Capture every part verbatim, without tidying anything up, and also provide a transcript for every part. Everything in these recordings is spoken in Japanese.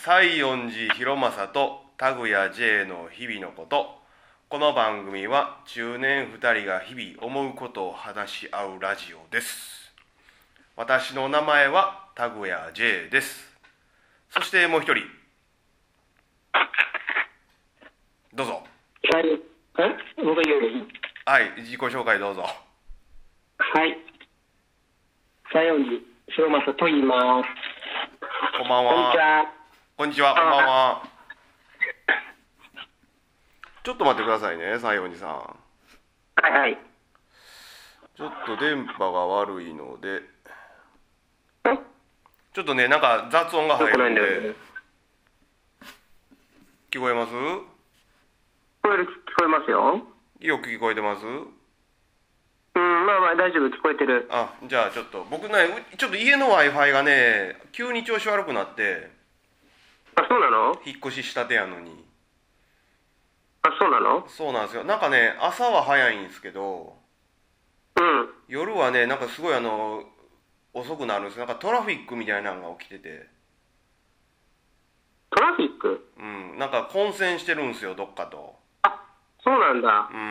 西園寺博正と田具谷 J の日々のこと。この番組は中年ふたりが日々思うことを話し合うラジオです。私の名前は田具谷 J です。そしてもう一人、どうぞ。 はい、え僕が言うのいい？ はい、自己紹介どうぞ。 はい、西園寺博正と言います。 こんばんは。 こんにちは。 こんにちは、こんばんは。ちょっと待ってくださいね、西園寺さん。 はいはい。 ちょっと電波が悪いので、 んちょっとね、なんか雑音が入よくないるんで、 んだよね。 聞こえます？ 聞こえる、聞こえますよ。 よく聞こえてます？ うん、まあまあ大丈夫、聞こえてる。 あ、じゃあちょっと、僕ね、うちょっと家の Wi-Fi がね、急に調子悪くなって、 あ、そうなの？ 引っ越ししたてやのに。 あ、そうなの？ そうなんですよ。なんかね、朝は早いんですけど、 うん。 夜はね、なんかすごいあの、遅くなるんですよ。なんかトラフィックみたいなのが起きてて、 トラフィック？ うん、なんか混戦してるんですよ、どっかと。 あ、そうなんだ。 うん、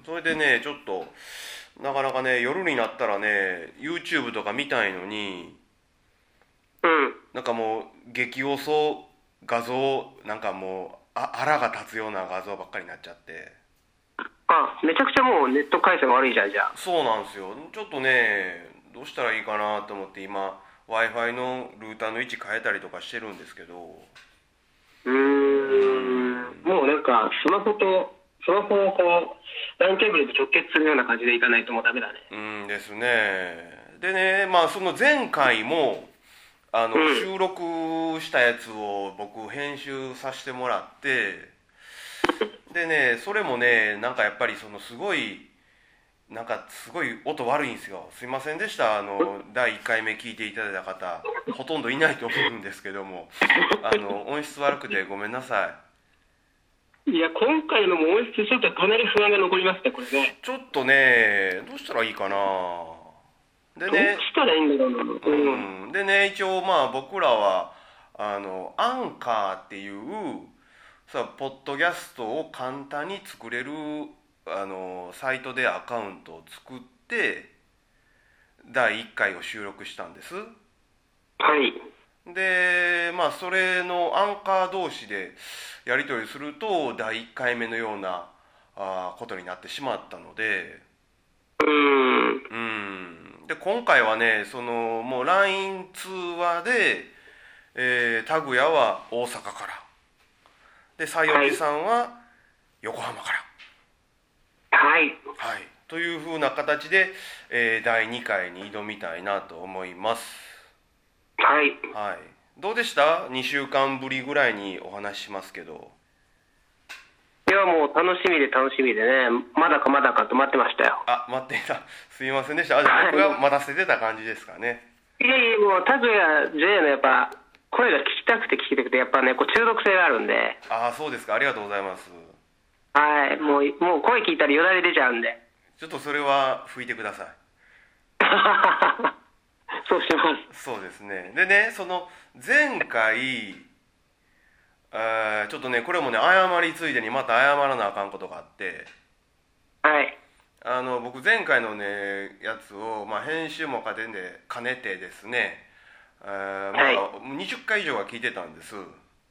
それでね、ちょっと、なかなかね、夜になったらね、YouTube とか見たいのに、 うん。 なんかもう、激遅画像、なんかもう、あ、腹が立つような画像ばっかりになっちゃって。 あ、めちゃくちゃもうネット回線悪いじゃん、じゃあ。 そうなんですよ。ちょっとね、どうしたらいいかなと思って今、Wi-Fi のルーターの位置変えたりとかしてるんですけど、 うーん。もうなんか、スマホと、スマホをこう、ラインケーブルで直結するような感じでいかないともうダメだね。 うんですね。でね、まあその前回も、あの、 うん収録したやつを僕編集させてもらって、でね、それもね、なんかやっぱりそのすごい、なんかすごい音悪いんですよ。すいませんでした。あの、だいいっかいめ聞いていただいた方、ほとんどいないと思うんですけども、あの、音質悪くてごめんなさい。 いや、今回のも音質ちょっとかなり不安が残りますね、これね。 ちょっとね、どうしたらいいかな。でどうね、 したらいいんだろうな。うん。 うん、でね、一応まあ僕らは、あの、アンカーっていう、さ、ポッドキャストを簡単に作れる、あの、サイトでアカウントを作って、だいいっかいを収録したんです。 はい。 で、まあ、それのアンカー同士でやり取りすると、だいいっかいめのようなあーことになってしまったので、 うーん。 うん。で、今回はね、その、もう ライン 通話で、えー、タグヤは大阪から。で、西園寺さんは横浜から。 はい。 はい。というふうな形で、えー、だいにかいに挑みたいなと思います。 はい。 はい。どうでした？ に 週間ぶりぐらいにお話ししますけど。 いや、もう楽しみで楽しみでね、まだかまだかと待ってましたよ。 あ、待っていた。すいませんでした。あ、じゃあ僕が待たせてた感じですかね。 いやいや、もう、タグや J のやっぱ、声が聞きたくて聞きたくて、やっぱね、こう中毒性があるんで、 ああ、そうですか。ありがとうございます。 はい。もう、もう声聞いたらよだれ出ちゃうんで。 ちょっとそれは拭いてください。 そうします。 そうですね。でね、その前回、えーちょっとね、これもね、謝りついでにまた謝らなあかんことがあって、 はい。 あの、僕前回のね、やつを、まあ、編集も兼ねて、兼ねてですね、えーまあ、 はにじゅっかい以上は聞いてたんです。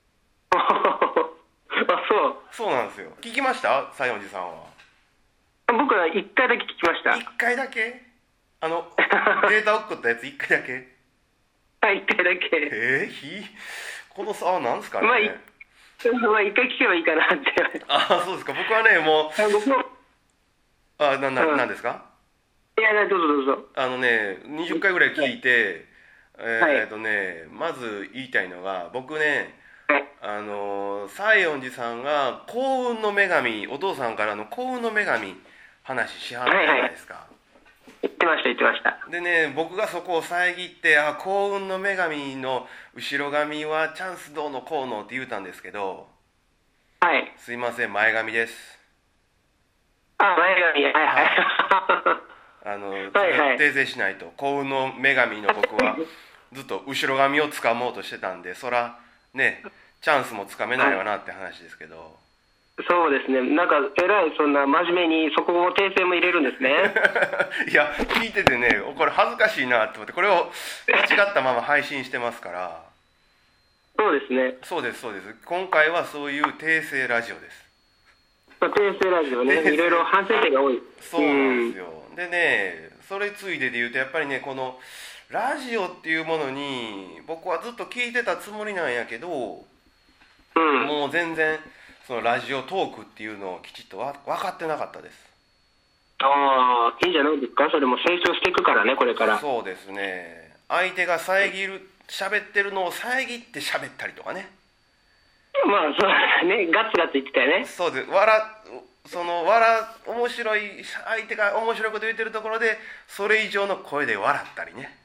あ、そう。 そうなんですよ。聞きました西園寺さんは。 僕はいっかいだけ聞きました。 いっかいだけあの、データ送ったやついっかいだけはい、いっかいだけ。 えー、ひこの差は何ですかね。 まあ、いまあ、いっかい聞けばいいかなって。 ああ、そうですか。僕はね、もう、 あ僕も、 あ、な、な、 うんなんですか？ いや、どうぞどうぞ。 あのね、にじゅっかいぐらい聞いて、 はいえーっとね、まず言いたいのが、僕ね、 はい。 あのー、西園寺さんが幸運の女神、お父さんからの幸運の女神、話しはったじゃないですか。 言ってました、言ってました。 でね、僕がそこを遮って、あ、幸運の女神の後ろ髪はチャンスどうのこうのって言うたんですけど、 はい。 すいません、前髪です。 あ、前髪、はいはい。 あの、 はいはい訂正しないと。幸運の女神の僕はずっと後ろ髪を掴もうとしてたんで、そらねチャンスもつかめないわなって話ですけど、 そうですね。なんかえらいそんな真面目にそこも訂正も入れるんですね。 いや聞いててねこれ恥ずかしいなって思ってこれを間違ったまま配信してますから。 そうですね。 そうですそうです。今回はそういう訂正ラジオです。 まあ、訂正ラジオね、いろいろ反省点が多い。 そうなんですよ。でねそれついでで言うとやっぱりねこのラジオっていうものに僕はずっと聞いてたつもりなんやけど、 うん、 もう全然そのラジオトークっていうのをきちっとわ分かってなかったです。 ああ、いいんじゃないですか。それも成長していくからね、これから。 そうですね。相手が遮る喋ってるのを遮って喋ったりとかね。 まあそうだね、ガツガツ言ってたよね。 そうです。笑その笑面白い相手が面白いこと言ってるところでそれ以上の声で笑ったりね。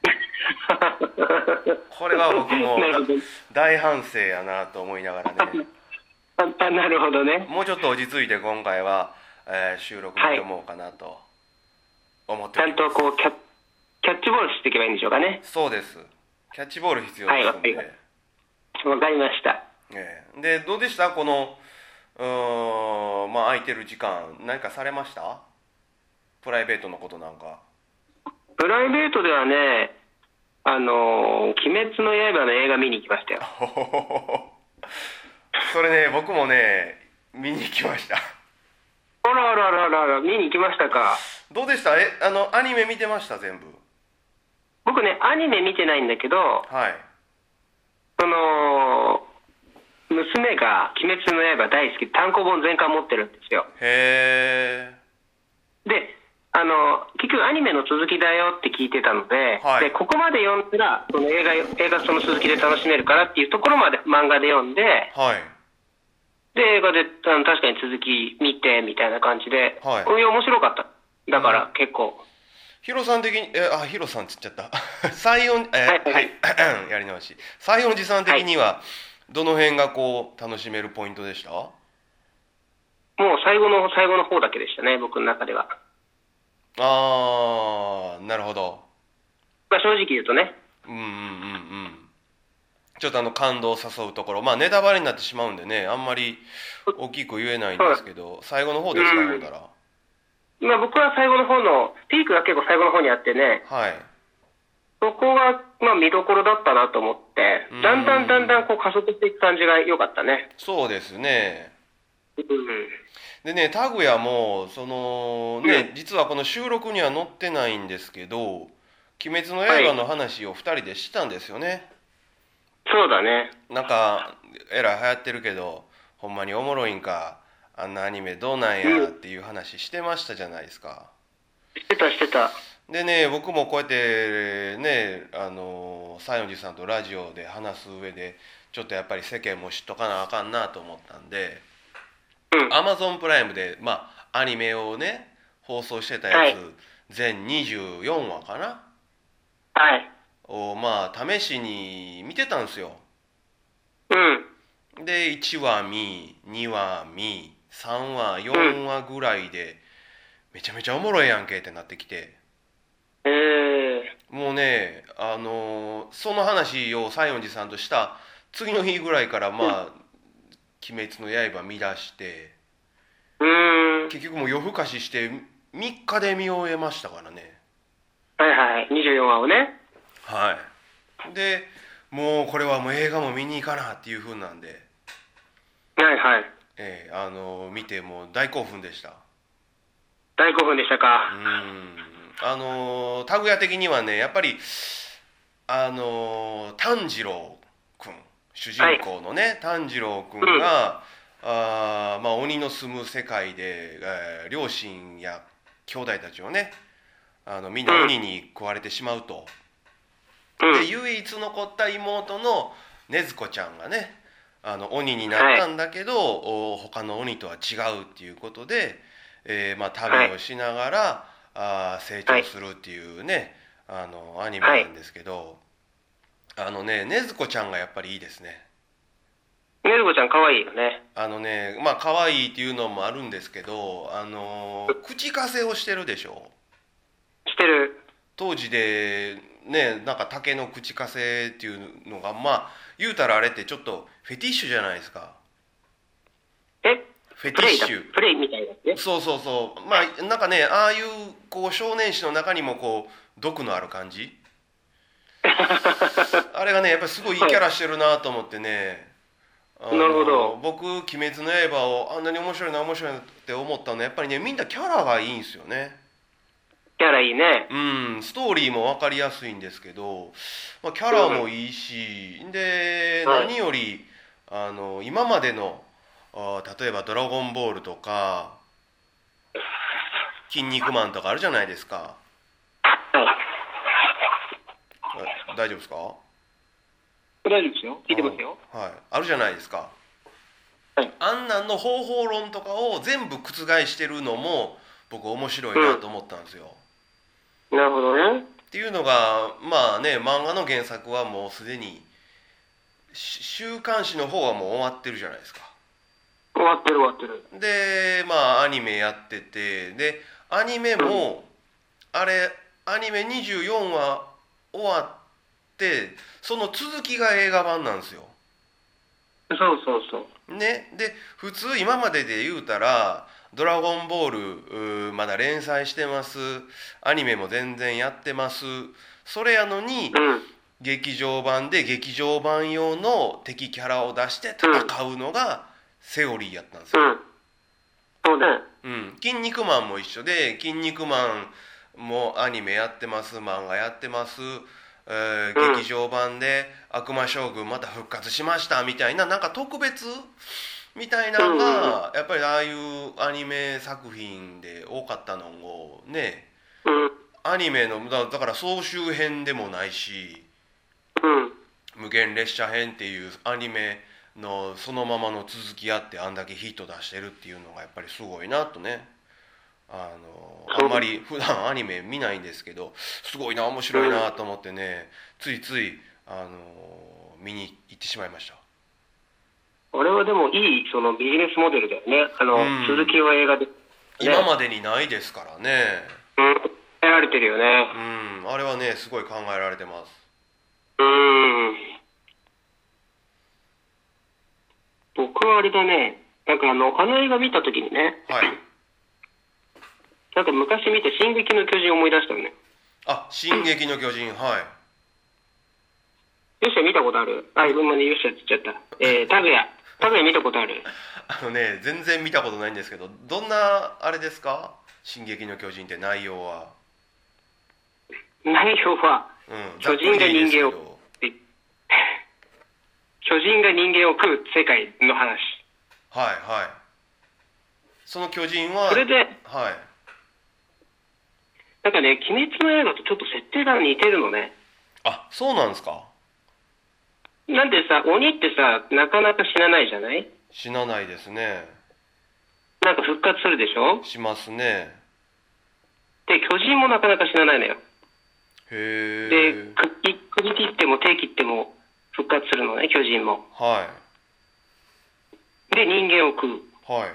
これは僕も大反省やなと思いながらね。 ああ、なるほどね。 もうちょっと落ち着いて今回は、えー収録に挑もうかなと思ってちゃんおります。 とこうキャッキャッチボールしていけばいいんでしょうかね。 そうです。キャッチボール必要ですんで。 はいわかりました。 ええでどうでしたこのうーんまあ空いてる時間何かされました？プライベートのことなんか。 プライベートではね、あのー鬼滅の刃の映画見に行きましたよ。 ほほほほそれね僕もね見に行きました。 あらあらあらあらあら、見に行きましたか。 どうでした？えあのアニメ見てました全部？ 僕ね、アニメ見てないんだけど、 はい。 その、娘が鬼滅の刃大好きで単行本全巻持ってるんですよ。 へえ。 で、あの、結局アニメの続きだよって聞いてたので、 はいでここまで読んだら、その映画、映画その続きで楽しめるからっていうところまで漫画で読んで、 はいで、映画であの確かに続き見てみたいな感じで、 はいうん面白かった。だから結構。 ヒロさん的にえあヒロさんって言っちゃった西園えはいはいやり直し西園寺さん的にはどの辺がこう楽しめるポイントでした？ もう最後の最後の方だけでしたね、僕の中では。 ああなるほど。 まあ、正直言うとね。 うんうんうんうんちょっとあの感動を誘うところまあネタバレになってしまうんでねあんまり大きく言えないんですけど最後の方ですか？ほんだらまあ、僕は最後の方の、ピークが結構最後の方にあってね、 はいそこがまあ見どころだったなと思って、 うんだんだんだんだんこう加速していく感じが良かったね。 そうですね。 うんでねタグヤもそのね、実はこの収録には載ってないんですけど「鬼滅の刃」の話をふたりでしたんですよね。 そうだね。 なんかえらい流行ってるけどほんまにおもろいんかあんなアニメどうなんやっていう話してましたじゃないですか。 してたしてた。 でね僕もこうやってねあの西園寺さんとラジオで話す上でちょっとやっぱり世間も知っとかなあかんなと思ったんでうん。 アマゾンプライムでまあアニメをね放送してたはいやつ全にじゅうよんわかなはい。 をまあ試しに見てたんですよ。 うん。 でいちわ見にわ見さんわよんわぐらいでめちゃめちゃおもろいやんけってなってきてえー。 もうねあのーその話を西園寺さんとした次の日ぐらいからまあ「鬼滅の刃」見出してうーん。 結局もう夜更かししてみっかで見終えましたからね。 はいはい。にじゅうよんわをね。 はいでもうこれはもう映画も見に行かなっていう風なんで、 はいはい。 えーあのー見てもう大興奮でした。 大興奮でしたうか。 んあのータグヤ的にはねやっぱりあのー炭治郎くん主人公のね、炭治郎くんが、あーまあ、鬼の住む世界で、えー両親や兄弟たちをねあのみんな鬼に食われてしまうと、 うん。 で唯一残った妹の禰豆子ちゃんがねあの鬼になったんだけど、お他の鬼とは違うっていうことで、えーまあ、旅をしながら、あー成長するっていうねあのアニメなんですけど、あのね禰豆子ちゃんがやっぱりいいですね。 ねるこちゃん可愛いよね。 あのねまあ可愛いっていうのもあるんですけどあの口かせをしてるでしょ。 してる。 当時でねなんか竹の口かせっていうのがまあ言うたらあれってちょっとフェティッシュじゃないですか。 えフェティッシュ。 プレイみたいなね。 そうそうそう。まあなんかね、ああいうこう少年誌の中にもこう毒のある感じあれがねやっぱりすごいいいキャラしてるなと思ってね、 はい、なるほど。 僕「鬼滅の刃」をあんなに面白いな面白いなって思ったのはやっぱりね、みんなキャラがいいんですよね。 キャラいいね。 うん、ストーリーも分かりやすいんですけど、まあ、キャラもいいし、うん、で何よりあの今までのあ例えば「ドラゴンボール」とか「筋肉マン」とかあるじゃないですか。大丈夫ですか？ 大丈夫ですよ。聞いてますよ。 はい、あるじゃないですか。 はい、 あんなんの方法論とかを全部覆してるのも僕面白いなと思ったんですよ。 うん、なるほどね。 っていうのがまあね、漫画の原作はもうすでに週刊誌の方はもう終わってるじゃないですか。 終わってる終わってる。 でまあアニメやってて、でアニメも、うん、あれアニメにじゅうよんわ終わってその続きが映画版なんですよ。 そうそうそうね。で普通今までで言うたら「ドラゴンボール」まだ連載してます、アニメも全然やってます、それやのに、 うん、 劇場版で劇場版用の敵キャラを出して戦うのがセオリーやったんですよ。 うん、そうね。 うん、筋肉マンも一緒で、筋肉マンもアニメやってます、漫画やってます、えー、劇場版で悪魔将軍また復活しましたみたいな、なんか特別みたいなのがやっぱりああいうアニメ作品で多かったのをね、アニメのだから総集編でもないし、無限列車編っていうアニメのそのままの続きあってあんだけヒット出してるっていうのがやっぱりすごいなとね。あのあんまり普段アニメ見ないんですけど、すごいな面白いなと思ってね、ついついあの見に行ってしまいました。 あれはでもいいそのビジネスモデルだよね。あの、うん、続きは映画で、ね、 今までにないですからね。 うん考えられてるよね。 うん、あれはねすごい考えられてます。 うん、僕はあれだね、なんかあのあの映画見た時にね、 はい、 なんか昔見て「進撃の巨人」思い出したよね。 あ、進撃の巨人、はい。 よっしゃ見たことある？あ、いろんなによっしゃって言っちゃった。えー、タグヤタグヤ見たことある？ あのね全然見たことないんですけど、どんなあれですか？進撃の巨人って内容は。 内容は、 うん、 巨人が人間を巨人が人間を食う世界の話。 はいはい。その巨人はそれで、はい、なんかね、鬼滅の刃とちょっと設定が似てるのね。 あ、そうなんですか。 なんでさ、鬼ってさ、なかなか死なないじゃない？ 死なないですね。 なんか復活するでしょ？ しますね。 で、巨人もなかなか死なないのよ。 へで、 ー。 くじ切っても手切っても復活するのね、巨人も。 はで、人間を食う。 い。はい。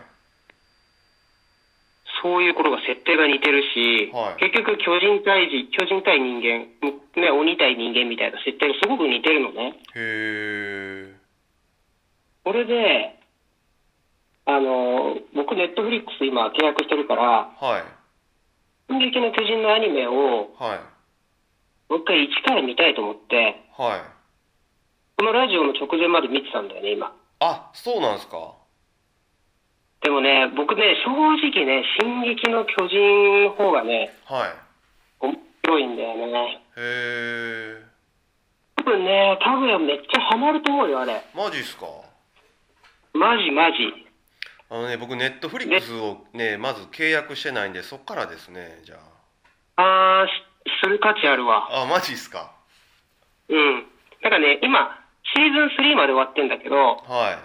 そういうことが設定が似てるし、 はい、 結局巨人対人、巨人対人間、ね、鬼対人間みたいな設定がすごく似てるのね。 へー。 これで、あの、僕ネットフリックス今契約してるから、 はい。 進撃の巨人のアニメを、 はい。 もう一回一から見たいと思って、 はい。 このラジオの直前まで見てたんだよね、今。 あ、そうなんですか。 でもね、僕ね、正直ね、進撃の巨人の方がね、 はい。 面白いんだよね。 へー。 多分ね、タグヤめっちゃハマると思うよ、あれ。 マジっすか。 マジマジ。 あのね、僕ネットフリックスをね、まず契約してないんで、そっからですね、じゃあ。あー、する価値あるわ。 あ。あ、マジっすか。 うん。なんかね、今、シーズンスリーまで終わってんだけど、 はい。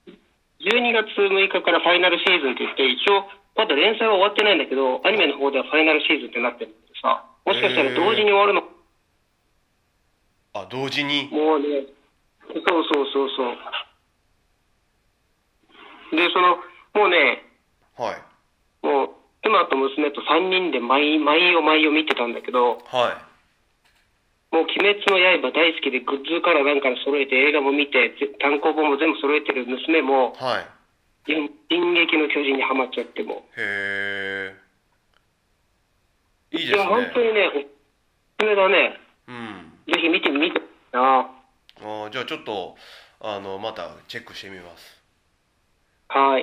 じゅうにがつむいかからファイナルシーズンって言って、一応、まだ連載は終わってないんだけど、アニメの方ではファイナルシーズンってなってるんだけどさ、もしかしたら同時に終わるの。 あ、同時に。 もうね、そうそうそうそう。で、その、もうね、 はい。 もう、妻と娘とさんにんで毎、毎を毎を見てたんだけど、 はもう鬼滅の刃大好きでグッズからなんから揃えて映画も見てぜ単行本も全部揃えてる娘もはい進撃の巨人にハマっちゃってもへえいいいやですね本当にねおすすめだね。 うんぜひ見てみてな。 あーじゃあちょっとあのまたチェックしてみますはい。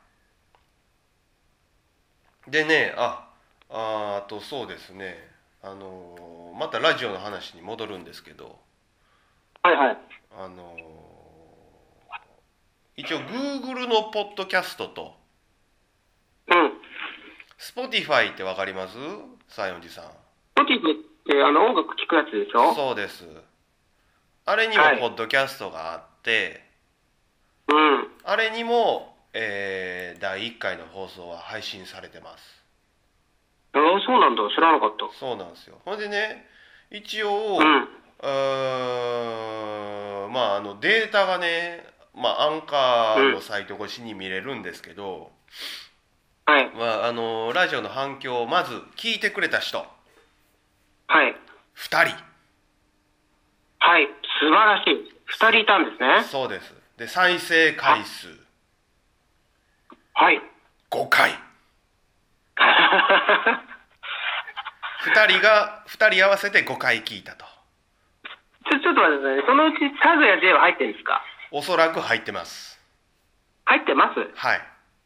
はいでねああーあとそうですねあのーまたラジオの話に戻るんですけどはいはい。 あのー一応 Google のポッドキャストとうん。 Spotify ってわかります西園寺さん。 ポティブってあの音楽聴くやつでしょ？ そうです。あれにもはいポッドキャストがあって、 うん。 あれにも、えー、だいいっかいの放送は配信されてます。 ああ、そうなんだ。知らなかった。 そうなんですよ。ほんでね、一応、 うん。 うーんまああのデータがね、まあアンカーのサイト越しに見れるんですけど、 はい。 まああのラジオの反響をまず聞いてくれた人はい。 ふたり。 はい。素晴らしい。二人いたんですね。 そうです。で再生回数はい。 ごかい。ふたりがふたり合わせてごかい聞いたと。 ちょ、ちょっと待ってくださいね。そのうちタグや J は入ってるんですか？ おそらく入ってます。 入ってます。 はい。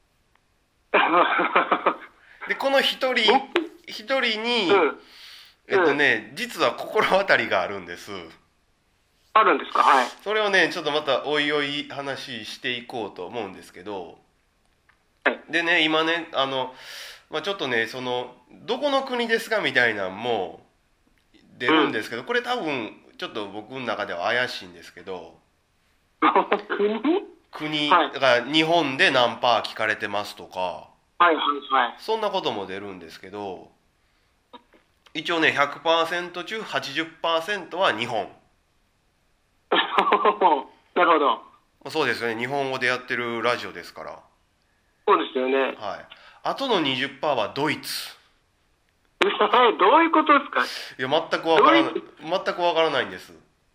でこの一人一人に、 うん。 えっとね、実は心当たりがあるんです。 あるんですか？はい。 それをねちょっとまたおいおい話していこうと思うんですけど、 はいでね今ねあの、まあ、ちょっとねそのどこの国ですかみたいなんも出るんですけど、これ多分ちょっと僕の中では怪しいんですけど、 国？ 国、 はいだから日本で何パー聞かれてますとかはいはいはい。 そんなことも出るんですけど、一応ね ひゃくパーセント 中 はちじゅっパーセント は日本。 なるほど。 そうですよね、日本語でやってるラジオですから。 そうですよね。 はい。あとの にじゅっパーセント はドイツ。 どういうことですか？ いや全くわからない全くわからないんです。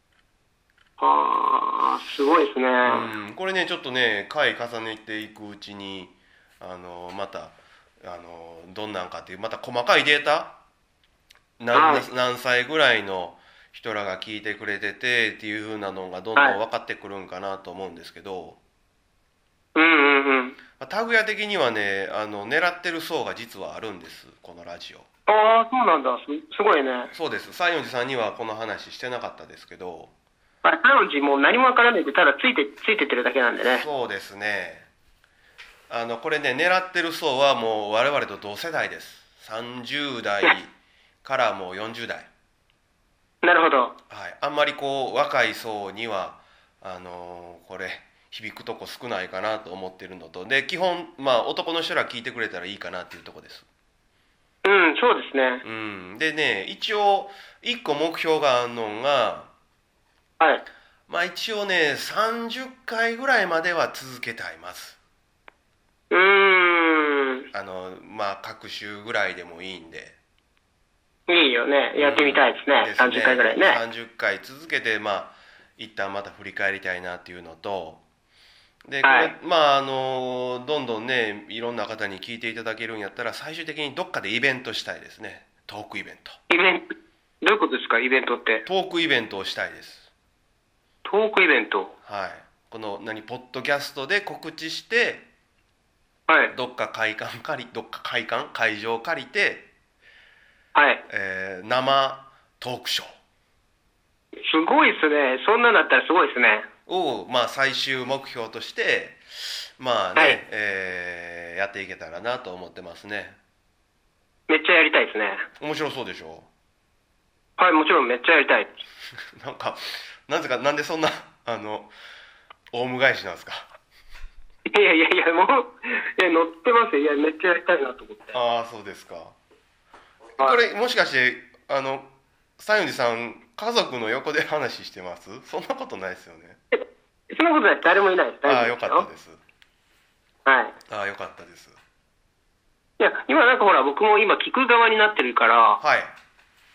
ああ、すごいですね。 うんこれねちょっとね回重ねていくうちにあのまたあのどんなんかっていうまた細かいデータな、 はい何歳ぐらいの人らが聞いてくれててっていう風なのがどんどん分かってくるんかなと思うんですけど、 うんうんうん。 タグヤ的にはねあの狙ってる層が実はあるんです、このラジオ。 ああ、そうなんだ。す、すごいね。 そうです。西園寺さんにはこの話してなかったですけど、 あれ、サウンジもう何もわからないで、ただついて、ついてってるだけなんでね。 そうですね。あのこれね狙ってる層はもう我々と同世代です。さんじゅう代からもうよんじゅう代。 なるほど。 はい、あんまりこう若い層にはあのーこれ響くとこ少ないかなと思ってるのと、で基本まあ男の人ら聞いてくれたらいいかなっていうとこです。 うん、そうですね。 うん、でね一応いっこ目標があるのが、 はい。 まあ一応ねさんじゅっかいぐらいまでは続けたいます。 うーん。 あのまあ各週ぐらいでもいいんで。 いいよね。やってみたいですね。 ですねさんじゅっかいぐらいね。 さんじゅっかい続けてまあ一旦また振り返りたいなっていうのと、でこれ、 はいまああのどんどんねいろんな方に聞いていただけるんやったら最終的にどっかでイベントしたいですね。トークイベントイベント、どういうことですか、イベントって。 トークイベントをしたいです。 トークイベント。 はい。この何ポッドキャストで告知してはい。 どっか会館借りどっか会館会場借りて、 はい。 えー生トークショーすごいですね。そんなんだったらすごいですね。 を、まあ、最終目標としてまあね、 はいえーやっていけたらなと思ってますね。 めっちゃやりたいですね。 面白そうでしょ？ はい、もちろんめっちゃやりたい。 なんかなぜかなんでそんなあのオウム返しなんですか？ いやいやいや、もう、いや、乗ってますよ。いや、めっちゃやりたいなと思って。 ああそうですか。 はいこれもしかしてあの西園寺さん家族の横で話してます？そんなことないですよね。 そんなことない。誰もいないです。 ああよ大丈夫ですよ。 かったです。 はい。 ああよかったです。 いや、今なんかほら、僕も今聞く側になってるから、 はい。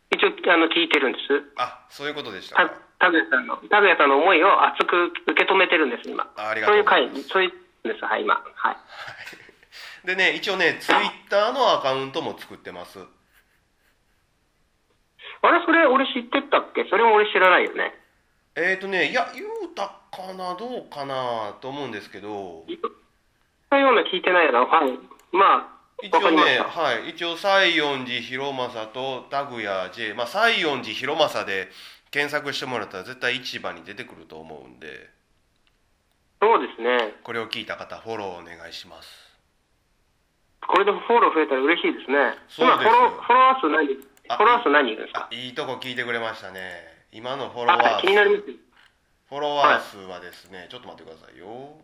一応あの聞いてるんです。 あ、そういうことでしたたか。 たぐやさんのたぐやさんの思いを熱く受け止めてるんです今。 あありがそういうとうございます。 回そういうですはい今はい。 でね、一応ね、ツイッターのアカウントも作ってます。 あれそれ俺知ってたっけ？それも俺知らないよね。 えーとね、いや、言うたかな、どうかなと思うんですけど、 そういうような聞いてないな。はい。まあ、わか一応ね、 りました。 はい、一応西園寺弘正とタグヤ J、まあ西園寺弘正で検索してもらったら絶対市場に出てくると思うんで、 そうですね。 これを聞いた方、フォローお願いします。 これでフォロー増えたら嬉しいですね。今、 そうですよ。 フォロー、フォロワー数何、フあ、 ォロワー数何いるんですか？ あ、いいとこ聞いてくれましたね。今のフォロあ、 ワー数、 気になります。 フォロワー数はですね、ちょっと待ってくださいよ。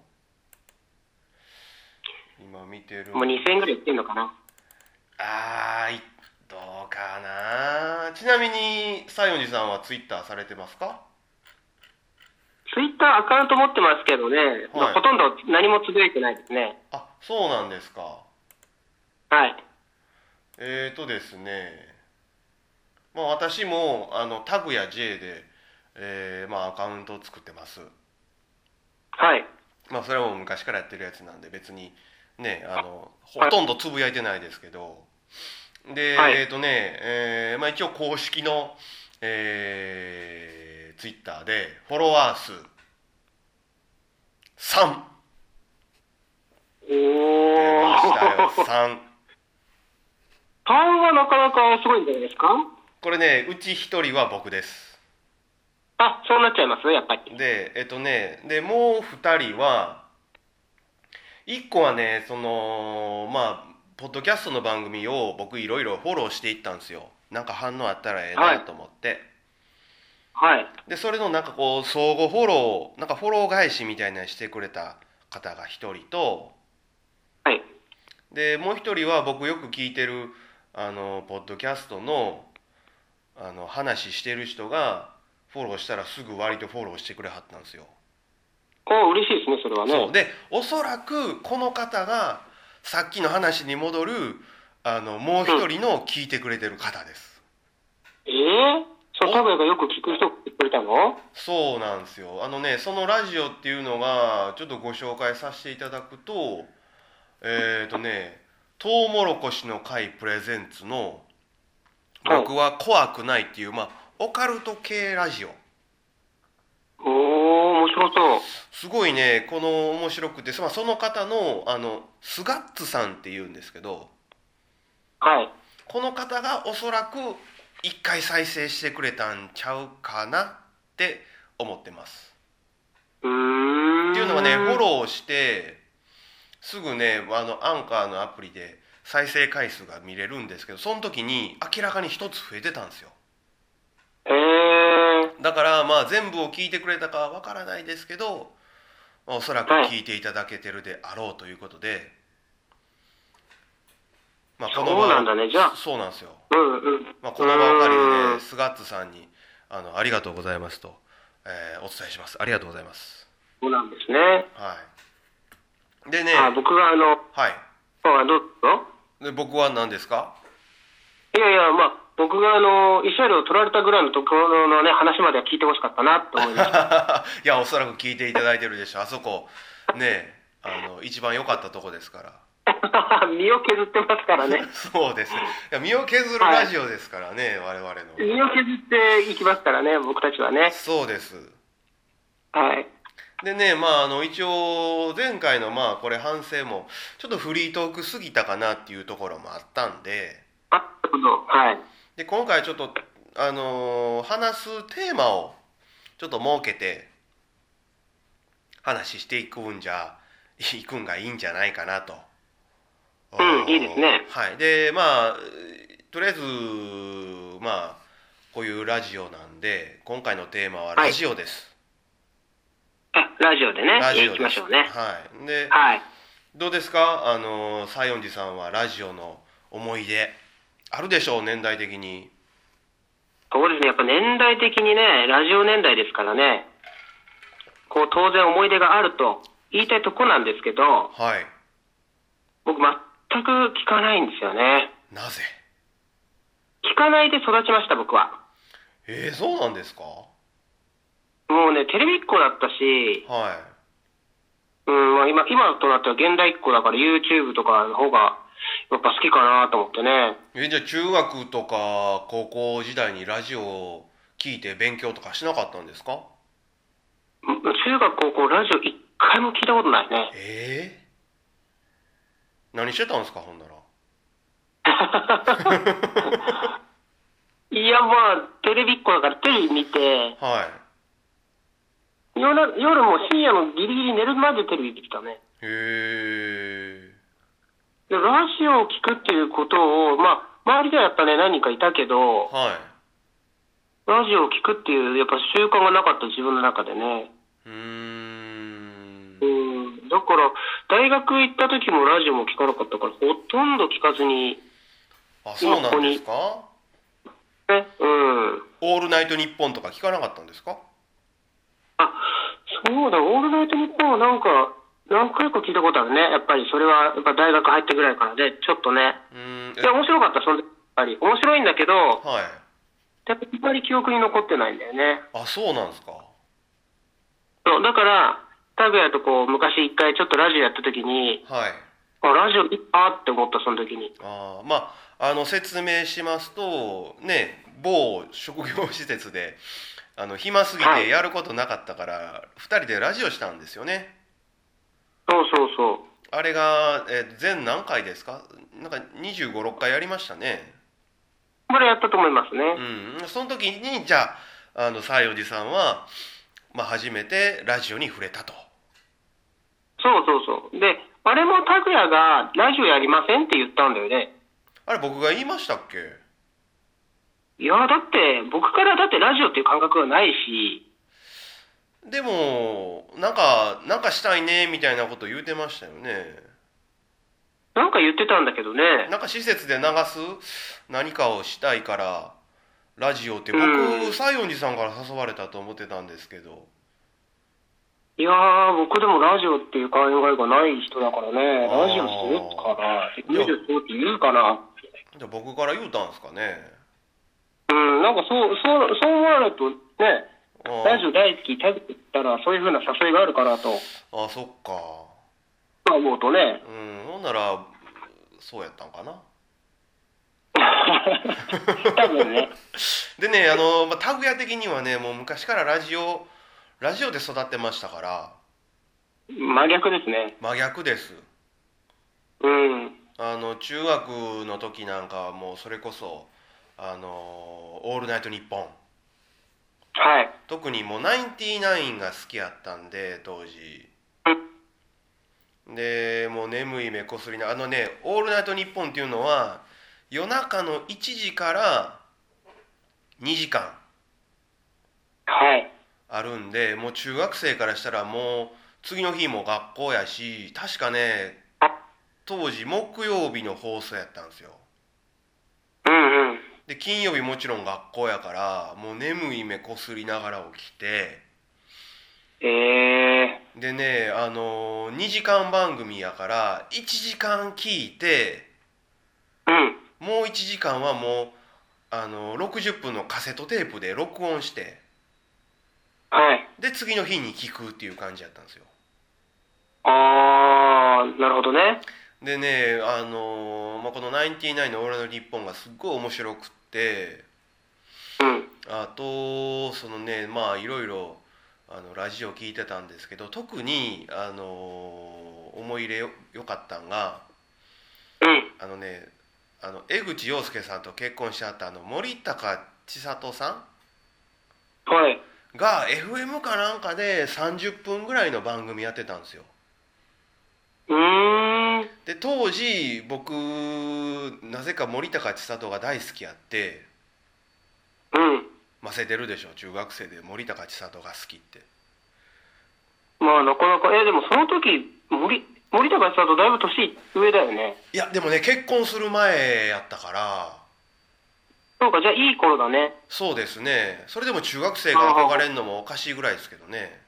今見てる。 もうにせんえんぐらいいってんのかな？ あーい、どうかな。ちなみに、西園寺さんはツイッターされてますか？ ツイッターアカウント持ってますけどね、まはい。 あほとんど何もつぶやいてないですね。 あ、そうなんですか。 はい。 えーとですね、まあ私も、あの、タグや J で、えーまあアカウントを作ってます。 はい。 まあそれも昔からやってるやつなんで別にね、あの、ほはい。 とんどつぶやいてないですけど、で、 はい。 えーとね、えーまあ一応公式の、えー、ツイッターでフォロワー数さんお出ましたよ、 ー。 さん。 さんはなかなかすごいんじゃないですか？ これね、うちひとりは僕です。 あ、そうなっちゃいますやっぱり。 で、えっとね、で、もうふたりは、いっこはね、その、まあ、ポッドキャストの番組を僕いろいろフォローしていったんですよ。なんか反応あったらええはい。 なと思って。 はい。 で、それのなんかこう、相互フォロー、なんかフォロー返しみたいなのしてくれた方がひとりと、 はい。 で、もうひとりは僕よく聞いてる、あの、ポッドキャストの、あの、話してる人が、フォローしたらすぐ割とフォローしてくれはったんですよ。 お、嬉しいですね、それはね。 そう。で、おそらくこの方が、さっきの話に戻る、あの、もううん。 一人の聞いてくれてる方です。 ええー、そのお、 タグヤがよく聞く人って言ってくれたの？ そうなんですよ。あのね、そのラジオっていうのが、ちょっとご紹介させていただくと、えーとね、トウモロコシの会プレゼンツの、 はい。 僕は怖くないっていう、まあ、オカルト系ラジオ。 おー、面白そう。 すごいね、この面白くて、まあ、その方の、あの、スガッツさんっていうんですけど、 はい。 この方がおそらく一回再生してくれたんちゃうかなって思ってます。 うーっていうのはね、フォん。 ローして、すぐね、あの、アンカーのアプリで再生回数が見れるんですけど、その時に明らかに一つ増えてたんですよ。 えー、 だから、まあ、全部を聞いてくれたかはわからないですけど、まあおそらくはい。 聞いていただけてるであろうということで、まあ、この場を、 そうなんだね。じゃあ、 そうなんですよ。 うんうん。 まあ、 うこの場を借りてーん。 ね、スガッツさんに、あの、ありがとうございますと、えーお伝えします。ありがとうございます。 そうなんですね。 はい。であ、 ね、 僕があの、 はい。 あ、どうぞ。 で、僕は何ですか？ いやいや、まあ、僕があの、イスラエルを取られたぐらいのところのね、話までは聞いてほしかったなと思いました。 いや、おそらく聞いていただいてるでしょう。あそこ、ね、あの、一番良かったとこですから。 身を削ってますからね。 そうですね。いや、身を削るはい。 ラジオですからね、我々の。 身を削っていきますからね、僕たちはね。 そうです。 はい。 でね、まあ、あの、一応、前回の、まあ、これ反省も、ちょっとフリートークすぎたかなっていうところもあったんで、 あ、なるほど。はい。 で、今回ちょっと、あのー話すテーマを、ちょっと設けて、話していくんじゃ、いくんがいいんじゃないかなと。 うん、いいですね。 はい。で、まあ、とりあえず、まあ、こういうラジオなんで、今回のテーマはラはい。 ジオです。 あ、ラジオでね、行ラジオです。 きましょうね。 はい。で、 はい。 どうですかあの、西園寺さんはラジオの思い出、あるでしょう年代的に。 そうですね、やっぱ年代的にね、ラジオ年代ですからね、こう当然思い出があると言いたいとこなんですけど、 はい。 僕全く聞かないんですよね。 なぜ？ 聞かないで育ちました、僕は。 えー、そうなんですか？ もうね、テレビっ子だったし、 はうん、まあ今、今となっては現代っ子だから YouTube とかの方がやっぱ好きかなと思ってね。 い。え、じゃあ中学とか高校時代にラジオを聞いて勉強とかしなかったんですか？ うん中学、高校、ラジオ一回も聞いたことないね。 えー、何してたんですかほんなら。 いや、まあ、テレビっ子だからテレビ見て、 はい。 夜な夜も深夜のギリギリ寝るまでテレビ見てたね。 へえ。 で、ラジオを聞くっていうことを、まあ、周りではやっぱね、何人かいたけど、 はラジオを聞くっていう、やっぱ習慣がなかった自分の中でね。 い。うーん。 うん。だから、大学行った時もラジオも聞かなかったから、ほとんど聞かずに、 あ、そうなんですか？ ね、うん。 オールナイトニッポンとか聞かなかったんですか？ あ、そうだ、オールナイトニッポンはなんか、何回か聞いたことあるね。やっぱりそれは、やっぱ大学入ってぐらいからで、ちょっとね。 うーん。 いや、面白かった、その時やっぱり。面白いんだけど、 はい。 やっぱりあんまり記憶に残ってないんだよね。 あ、そうなんですか？ そう、だから、タグヤとこう、昔一回ちょっとラジオやった時に、 はい。 あ、ラジオいいなって思った、その時に。 あー、まあ、あの説明しますとね、某職業施設であの暇すぎはい。 てやることなかったからふたりでラジオしたんですよね。 そうそうそう。 あれが、えー全何回ですか？なんかにじゅうご、ろっかいやりましたね。 これやったと思いますうね。 ん。その時にじゃあ、あの西洋寺さんは、まあ、初めてラジオに触れたと。 そうそうそう。で、あれもタグヤがラジオやりませんって言ったんだよね。 あれ僕が言いましたっけ？ いや、だって、僕からだってラジオっていう感覚がないし、 でもなんかなんかしたいねみたいなこと言うてましたよね。 なんか言ってたんだけどね。 なんか施設で流す何かをしたいからラジオって、 う僕ん。 西園寺さんから誘われたと思ってたんですけど。 いやー、僕でもラジオっていう考えがない人だからね、ラジオするかあな、 あ、じゃあラジオするって言うかな。 じゃあ僕から言うたんですかね。 うん、なんかそう、そう、そう思われるとね、ラジあオ大好き、タグったらそういう風な誘いがあるかなと、 あ、あ、そっか。 思うとね。 うん、ほんならそうやったんかな。 多分ね。 でね、あの、まあ、タグ屋的にはね、もう昔からラジオラジオで育ってましたから。 真逆ですね。 真逆です。 うん。 あの中学の時なんかはもうそれこそあのオールナイトニッポン、 はい。 特にもうナインティナインが好きやったんで当時で、もう眠い目こすりなあのね、オールナイトニッポンっていうのは夜中のいちじからにじかんはい。 あるんで、もう中学生からしたらもう次の日も学校やし、確かね当時木曜日の放送やったんですよ。 うんうん。 で金曜日もちろん学校やからもう眠い目こすりながら起きて、 ええでね、あのー、にじかん番組やからいちじかん聞いて、 ー。うん。 もういちじかんはもう、あのー、ろくじゅっぷんのカセットテープで録音して、 はい。 で次の日に聞くっていう感じやったんですよ。 あー、なるほどね。 でね、あのーまあ、このナインティナインの「オールナイトニッポン」がすっごい面白くって、 うん。 あとそのね、まあいろいろあのラジオ聞いてたんですけど、特に、あのー思い入れよよかったんが、 うん。 あのね、あの江口洋介さんと結婚しはったあの森高千里さはい。 んが エフエム かなんかでさんじゅっぷんぐらいの番組やってたんですよ。 うーん。 で当時僕なぜか森高千里が大好きやって、 うん。 ませてるでしょ中学生で森高千里が好きって。 まあ、なかなか、え、でもその時、森、森高さんとだいぶ年上だよね。 いやでもね、結婚する前やったから。 そうか、じゃあいい頃だね。 そうですね。それでも中学生が憧あれるのもおかしいぐらいですけどね。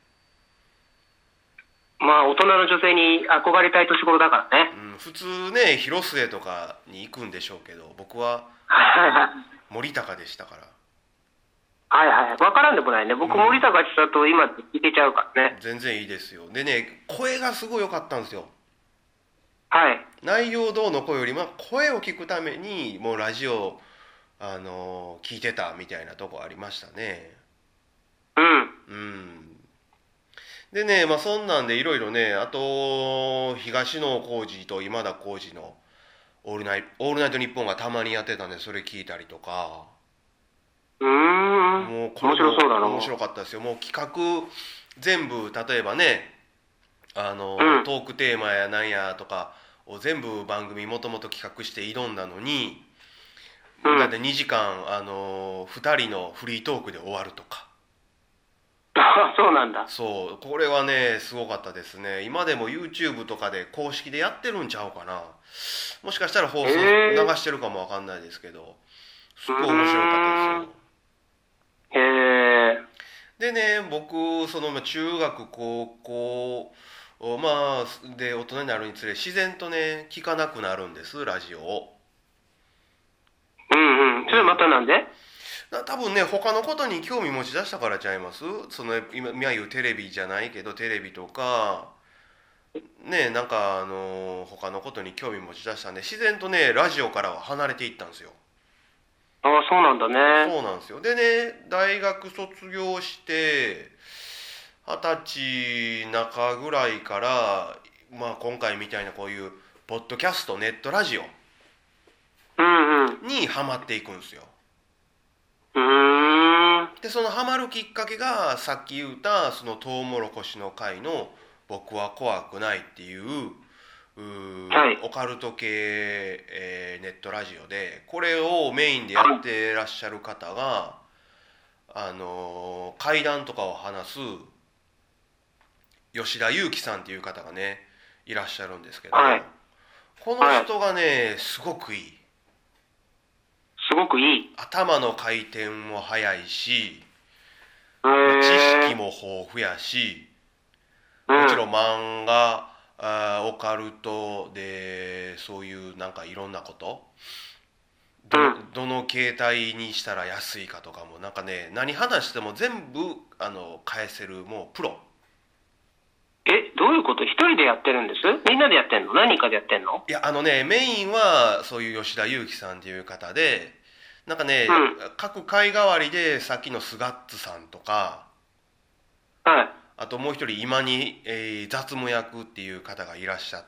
あ、まあ、大人の女性に憧れたい年頃だからね。 うん、普通ね広末とかに行くんでしょうけど、僕ははいもはい。 森高でしたから。 はいはい。わからんでもないね。僕、森高千里今いけちゃうからね。 全然いいですよ。でね、声がすごい良かったんですよ。 はい。 内容どうの声よりも声を聞くためにもうラジオあの聞いてたみたいなとこありましたね。 うん。 うん。でね、まあそんなんでいろいろね、あと東野幸治と今田耕司のオールナイオールナイトニッポンがたまにやってたんで、それ聞いたりとか。 うーん。 もうこれ面白そうだな。 面白かったですよ。もう企画全部、例えばね、あの、 うん。 トークテーマやなんやとかを全部番組もともと企画して挑んだのに、 うん。 だってにじかんあのふたりのフリートークで終わるとか。 あ、そうなんだ。 そう、これはねすごかったですね。今でも YouTube とかで公式でやってるんちゃうかな。もしかしたら放送流へえ。 してるかもわかんないですけど、すうっごい面白かったーん。 ですよ。 へえ。 でね、僕そのまあ中学高校まあで大人になるにつれ自然とね聞かなくなるんです、ラジオを。 うんうん。それまたなんで？ だ多分ね、他のことに興味持ち出したからちゃいます。その今今言うテレビじゃないけど、テレビとかね、なんかあの他のことに興味持ち出したんで、自然とねラジオからは離れていったんですよ。 ああ、そうなんだね。 そうなんですよ。でね、大学卒業して二十歳中ぐらいから、まあ今回みたいなこういうポッドキャスト、ネットラジオうんうん。 にハマっていくんですよ。 うーん。 でそのハマるきっかけがさっき言ったそのトウモロコシの会の「僕は怖くない」っていう、うはい。 オカルト系、えーネットラジオで、これをメインでやってらっしゃる方が、あのー怪談とかを話す吉田裕樹さんっていう方がねいらっしゃるんですけど、 はい。 このはい。 人がねすごくいい。 すごくいい。 頭の回転も速いし、 へ知識え。 も豊富やし、 うん。 もちろん漫画、あオカルトでそういうなんかいろんなことどのうん。 どの携帯にしたら安いかとかもなんかね、何話しても全部あの返せる、もうプロ。 え、どういうこと？一人でやってるんです？みんなでやってんの？何人かでやってんの？ いやあのね、メインはそういう吉田裕樹さんっていう方で、なんかねうん。 各回代わりでさっきのスガッツさんとか、 はい。 あともう一人今に、えー雑務役っていう方がいらっしゃって、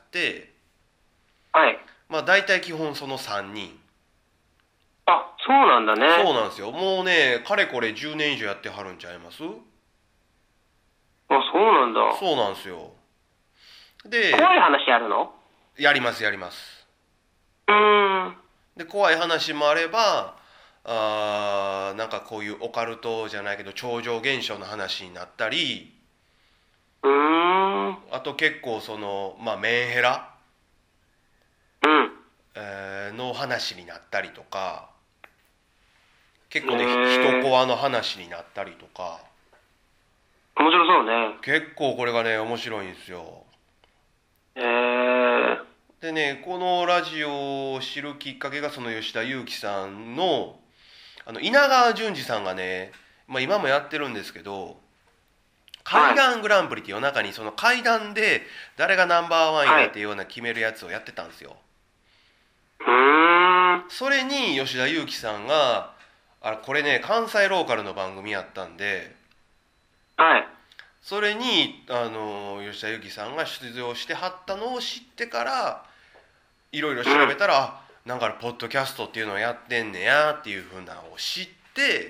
はい。 まあ大体基本そのさんにん。 あ、そうなんだね。 そうなんですよ。もうね、かれこれじゅうねん以上やってはるんちゃいます？ あ、そうなんだ。 そうなんですよ。で、 怖い話あるの？ やりますやります。 うーん。 で、怖い話もあれば、あーなんかこういうオカルトじゃないけど超常現象の話になったり、 うーん。 あと結構その、まあメンヘラ、 うん。 えーの話になったりとか、結へ構ね、 え。 人コアの話になったりとか、 面白そうね。 結構これがね、面白いんですよ。 へえ。 でね、このラジオを知るきっかけがその吉田裕樹さんの、あの稲川淳二さんがね、まあ、今もやってるんですけど、怪はい。 談グランプリって夜中にその怪談で誰がナンバーワンはい。 やっていうような決めるやつをやってたんですよ。 うーん。 それに吉田裕樹さんが、あこれね関西ローカルの番組やったんで、 はい。 それにあの吉田裕樹さんが出場してはったのを知ってから、いろいろ調うん。 べたら、あなんかポッドキャストっていうのをやってんねやっていうふうなのを知って、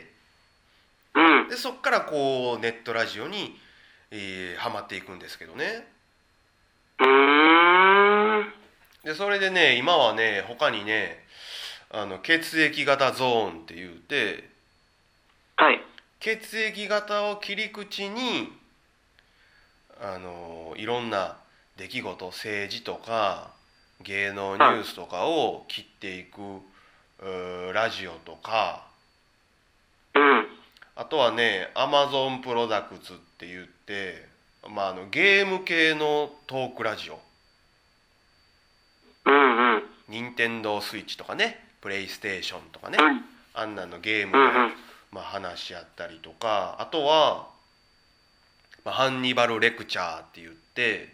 うん。 でそっからこうネットラジオに、えー、ハマっていくんですけどね。 うーん。 でそれでね今はね他にね、あの血液型ゾーンって言うて、 はい。 血液型を切り口にあのいろんな出来事、政治とか芸能ニはい。 ュースとかを切っていくうーラジオとか、 うん。 あとはね、アマゾンプロダクツって言って、まあ、あのゲーム系のトークラジオ、 うんうん。 ニンテンドースイッチとかね、プレイステーションとかね、 うん。 あんなのゲームの、 うんうん。 まあ、話やったりとか、あとは、まあ、ハンニバルレクチャーって言って、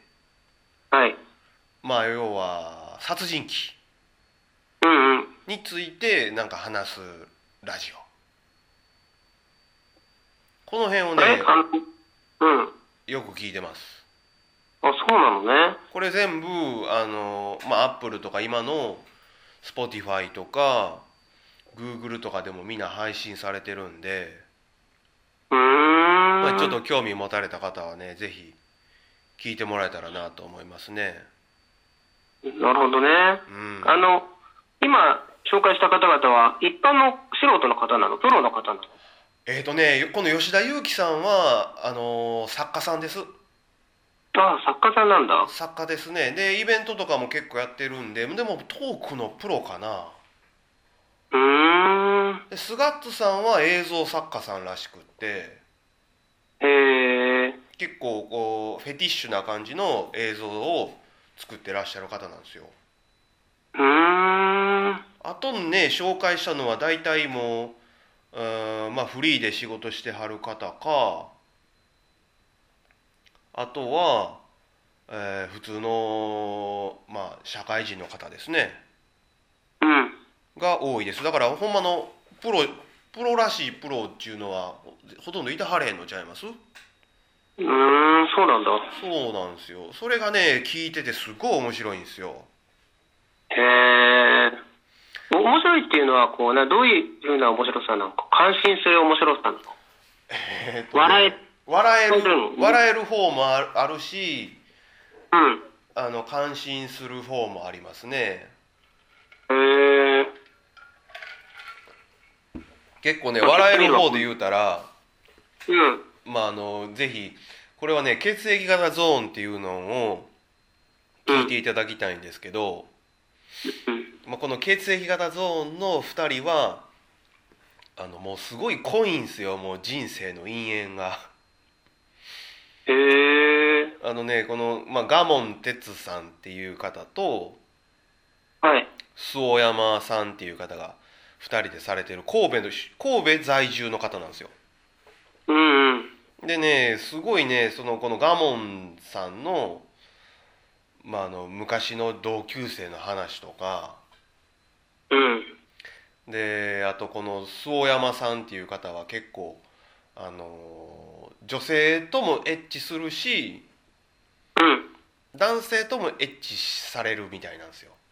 はい。 まあ要は殺人鬼うんうん。 についてなんか話すラジオ、この辺をねえ、あの、うん。 よく聞いてます。 あ、そうなのね。 これ全部あのまあアップルとか今の Spotify とか Google とかでもみんな配信されてるんで、 うーん。 まあ、ちょっと興味持たれた方はねぜひ聞いてもらえたらなと思いますね。 なるほどね。 うんあの、今紹介した方々は一般の素人の方なの？プロの方なの？ えーとねこの吉田裕樹さんはあの作家さんです。 ああ、作家さんなんだ。 作家ですね。でイベントとかも結構やってるんで、でもトークのプロかな。 うーん。 でスガッツさんは映像作家さんらしくって、 へえ。 結構こうフェティッシュな感じの映像を作ってらっしゃる方なんですよ。 うーん。 あとね紹介したのは大体もう、うーんまあフリーで仕事してはる方か、あとは、えー普通のまあ社会人の方ですねうん。 が多いです。だからほんまのプロプロらしいプロっていうのはほとんどいたはれへんのちゃいます？ うーん、そうなんだ。 そうなんですよ。それがね聞いててすごい面白いんですよ。 へえ。お面白いっていうのは、こうね、どういうふうな面白さなのか。感心する面白さなのか。 えーっとね笑え、 笑えるうん笑える方もあるあるし、 うん。 あの感心する方もありますね。 へえ。 結構ね笑える方で言うたら、 うん。 まああのぜひこれはね血液型ゾーンっていうのを聞いていただきたいんですけど、まあ、この血液型ゾーンのふたりはあのもうすごい濃いんですよ、もう人生の因縁が。 へえ。 あのねこの、まあ、ガモン哲さんっていう方とはい。 周防山さんっていう方がふたりでされてる神戸の神戸在住の方なんですよ。 うんうん。 でねすごいねそのこのガモンさんの、まあ、あの昔の同級生の話とかうん。 で、あとこの周防山さんっていう方は結構あの女性ともエッチするしうん。 男性ともエッチされるみたいなんですよ。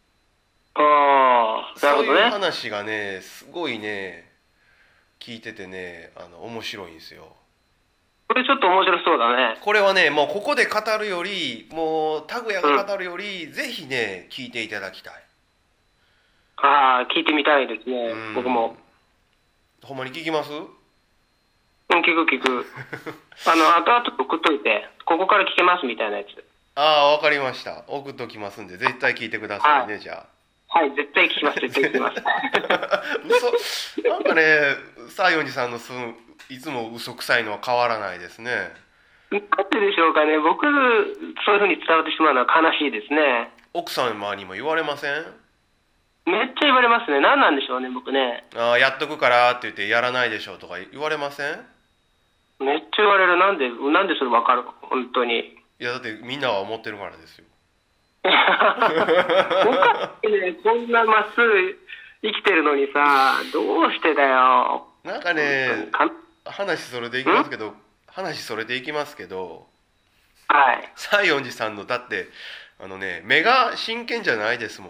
ああ、なるそういうほどね。 話がねすごいね聞いててねあの面白いんですよ。 これちょっと面白そうだね。 これはねもうここで語るよりもうタグヤが語るより、ぜひね聞いていただきたい。 ああ、聞いてみたいですね。 うん僕も。 ほんまに聞きます？ うん、聞く聞く。あの、後々送っといて、ここから聞けますみたいなやつ。 ああわかりました、送っときますんで絶対聞いてくださいね、 はいじゃはい、絶対聞きます、絶対聞きます。 あ嘘なんかね西園寺さんのそのいつも嘘くさいのは変わらないですね。 なんででしょうかね。僕、そういうふうに伝わってしまうのは悲しいですね。 奥様にも言われません？ めっちゃ言われますね。何なんでしょうね、僕ね。 ああやっとくからって言ってやらないでしょとか言われません？ めっちゃ言われる。なんで、なんでそれ分かるの本当に。 いやだってみんなは思ってるからですよ。 おかしいね。こんなまっすぐ生きてるのにさ、どうしてだよ。 なんかねか話それでいきますけど話それでいきますけどはい。 西園寺さんのだってあのね目が真剣じゃないですもん。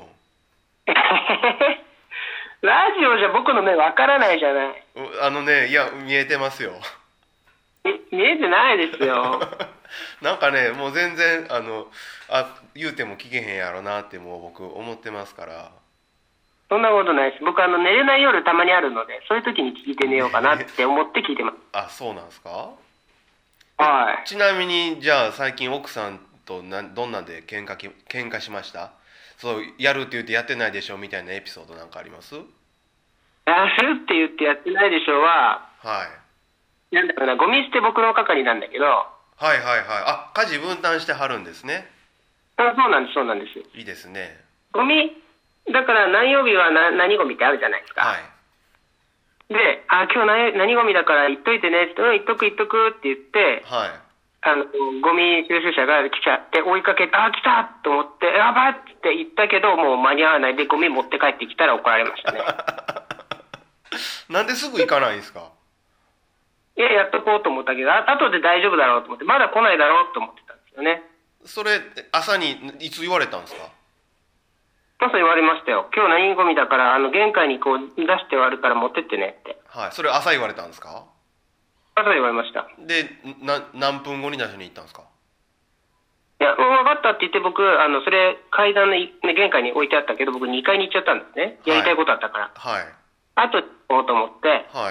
ラジオじゃ僕の目分からないじゃない。 うあのねいや見えてますよ。 み見えてないですよ。 なんかねもう全然あのあ言うても聞けへんやろなってもう僕思ってますから。 そんなことないです。僕あの寝れない夜たまにあるので、そういう時に聞いて寝ようかなって思って聞いてます。 あそうなんですか？ はい。 ちなみにじゃあ最近奥さんとなどんなんで喧嘩き喧嘩しました？そうやるって言ってやってないでしょみたいなエピソードなんかあります？ やるって言ってやってないでしょうは、 はいなんだろうな、ゴミ捨て僕の係なんだけど、 はいはいはいあ家事分担してはるんですね。 あ、そうなんです、そうなんです。 いいですね。 ゴミ、だから何曜日はな何ゴミってあるじゃないですか。 はいで、あ、今日何、何ゴミだから言っといてねって、うん、言っとく言っとくって言って、 はい。 あの、ゴミ収集車が来ちゃって、追いかけて、あ、来たと思って、やばいって言ったけど、もう間に合わないでゴミ持って帰ってきたら怒られましたね。 なんですぐ行かないんですか？ いや、やっとこうと思ったけど、あ後で大丈夫だろうと思って、まだ来ないだろうと思ってたんですよね。 それ、朝にいつ言われたんですか？ 朝言われましたよ。今日何ゴミだから、あの、玄関にこう出してあるから持ってってねって。 はい。それ朝言われたんですか？ 朝言われました。 で、な、何分後に出しに行ったんですか？ いや、もう分かったって言って僕、あの、それ階段のい玄関に置いてあったけど、僕にかいに行っちゃったんですね。やりたいことあったから。 はい。 あと、行こうと思って、 はい。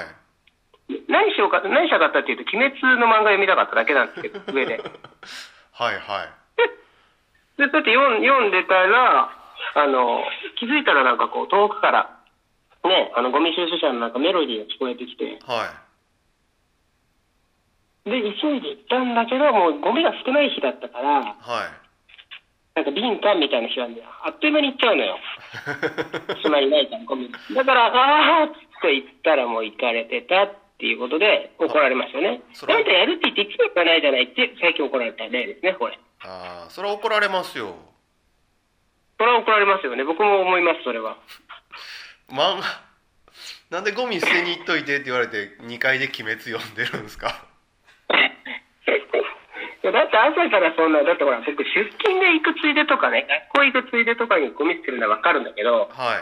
何しようか、何したかったっていうと、鬼滅の漫画読みたかっただけなんですけど、上で。 はいはい。 で、そうやって読ん読んでたら、あの、気づいたらなんかこう、遠くから、ね、あの、ゴミ収集車のなんかメロディーが聞こえてきて、 はい。 で、急いで行ったんだけど、もうゴミが少ない日だったから、 はい。 なんか瓶缶みたいな日なんで、あっという間に行っちゃうのよ。つまりないから、ゴミ。だから、あーって言ったらもう行かれてたっていうことで怒られましたよね。 それはなんでやるって言っていつも行かないじゃないって最近怒られた例ですね、これ。 ああ、それは怒られますよ。 それは怒られますよね。僕も思います、それは。 漫画、なんでゴミ捨てに行っといてって言われてにかいで鬼滅読んでるんですか？ いやだって朝からそんな、だってほら、僕出勤で行くついでとかね、学校行くついでとかにゴミ捨てるのはわかるんだけど、 はい。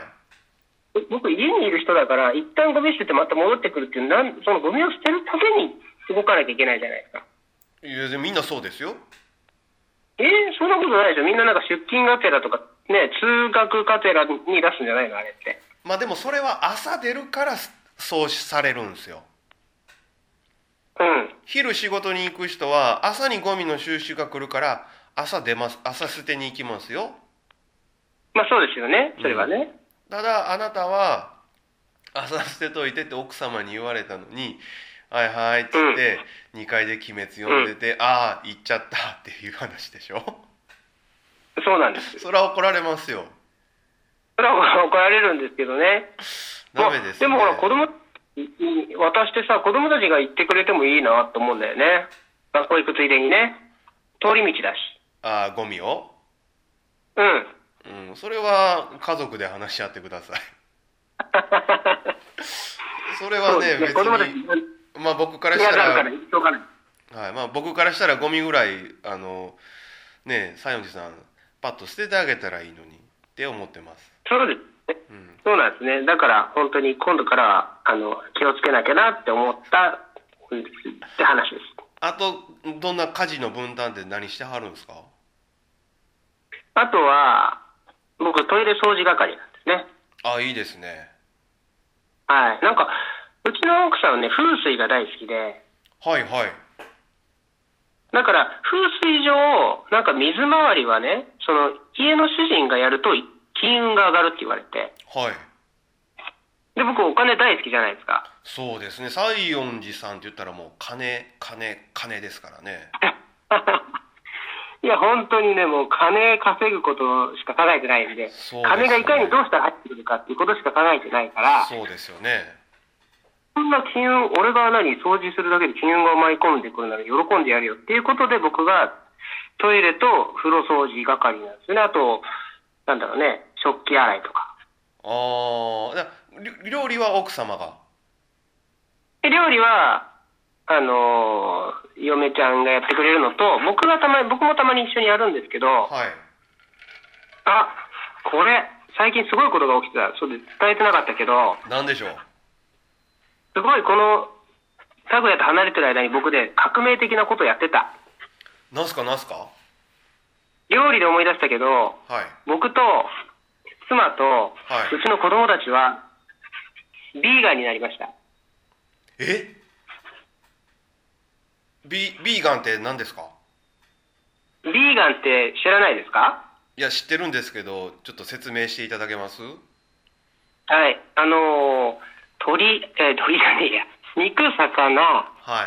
僕家にいる人だから、一旦ゴミ捨ててまた戻ってくるっていう、なんそのゴミを捨てるために動かなきゃいけないじゃないですか。 いや、でみんなそうですよ。 えー、そんなことないでしょ。みんななんか出勤がてらとか、ね、通学がてらに出すんじゃないのあれって。 まあでもそれは朝出るからそうされるんですよ。 うん。 昼仕事に行く人は朝にゴミの収集が来るから朝出ます、朝捨てに行きますよ。 まあそうですよね、それはね。うん、 ただあなたは朝捨てといてって奥様に言われたのに、はいはいっつってにかいで鬼滅読んでて、うん、ああ行っちゃったっていう話でしょ。 そうなんです。 それは怒られますよ。 それは怒られるんですけどね。 ダメですね。 でもほら子供に渡してさ、子供たちが行ってくれてもいいなと思うんだよね。学校行くついでにね。通り道だし。 ああ、ゴミを？ うん。 うん、それは家族で話し合ってください。それはね、別に、まあ僕からしたら、はい、まあ僕からしたらゴミぐらい、あの、ね、西園寺さん、パッと捨ててあげたらいいのにって思ってます。 そうですね。うん、そうなんですね。だから本当に今度からは、あの、気をつけなきゃなって思ったって話です。 あと、どんな家事の分担って何してはるんですか？ あとは、僕トイレ掃除係なんですね。 あ、いいですね。 はい。なんか、うちの奥さんはね、風水が大好きで。 はいはい。 だから、風水上、なんか水回りはね、その、家の主人がやると、金運が上がるって言われて。 はい。 で、僕お金大好きじゃないですか。 そうですね。西園寺さんって言ったらもう、金、金、金ですからね。 いや、本当にね、もう金稼ぐことしか考えてないんで、そうですね、金がいかにどうしたら入ってくるかっていうことしか考えてないから、 そうですよね。 そんな金運、俺が何、掃除するだけで金運が舞い込んでくるなら喜んでやるよっていうことで僕がトイレと風呂掃除係なんですよね。あと、なんだろうね、食器洗いとか。 ああ、料理は奥様が？ 料理は、あのー、嫁ちゃんがやってくれるのと、僕がたまに、僕もたまに一緒にやるんですけど、はい。あ、これ、最近すごいことが起きてた。そうで伝えてなかったけど。 なんでしょう？ すごいこの、拓也と離れてる間に僕で革命的なことをやってた。 なんすかなんすか？ 料理で思い出したけど、はい、僕と妻と、はい、うちの子供たちは、ビーガンになりました。 え？ビ, ビーガンって何ですか？ ビーガンって知らないですか？ いや知ってるんですけど、ちょっと説明していただけます？ はい、あのー、鳥、えー、鳥じゃねえや、肉、魚、はい、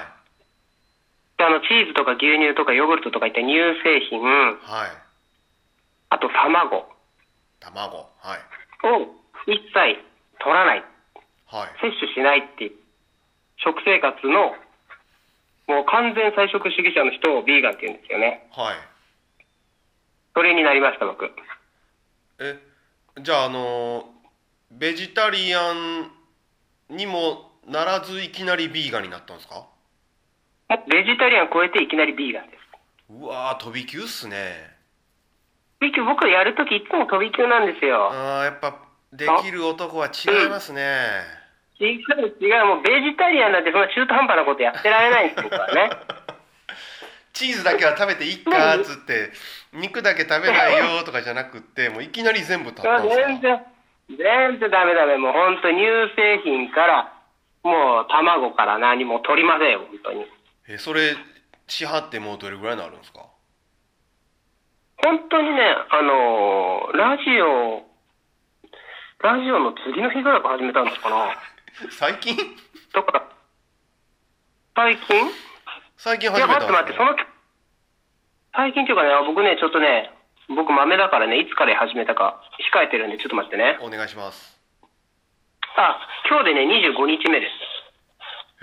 あのチーズとか牛乳とかヨーグルトとかいった乳製品、はい、あと卵、 卵、はい、 を一切取らない。 はい、 摂取しないっていう食生活のもう完全菜食主義者の人をビーガンって言うんですよね。 はい。 それになりました、僕。 え、じゃああのベジタリアンにもならずいきなりビーガンになったんですか？ ベジタリアン超えていきなりビーガンです。 うわー、飛び級っすね。 飛び級、僕やるときいつも飛び級なんですよ。 ああ、やっぱできる男は違いますね。 うん、違う違う、もうベジタリアンなんてそんな中途半端なことやってられないんですよね。 チーズだけは食べていいかっつって肉だけ食べないよとかじゃなくってもういきなり全部食ったんですか？ 全然全然ダメダメ、もう本当乳製品からもう卵から何も取りませんよ、本当に。 え、それしはってもうどれぐらいになるんですか？ 本当にね、あのー、ラジオラジオの次の日ぐらいから始めたんですかな。 最近？ だから最近最近始めたんですか？ いや待って待って、その最近っていうかね、僕ねちょっとね、僕豆だからね、いつから始めたか控えてるんで、ちょっと待ってね。 お願いします。 あ、今日でねにじゅうごにちめです。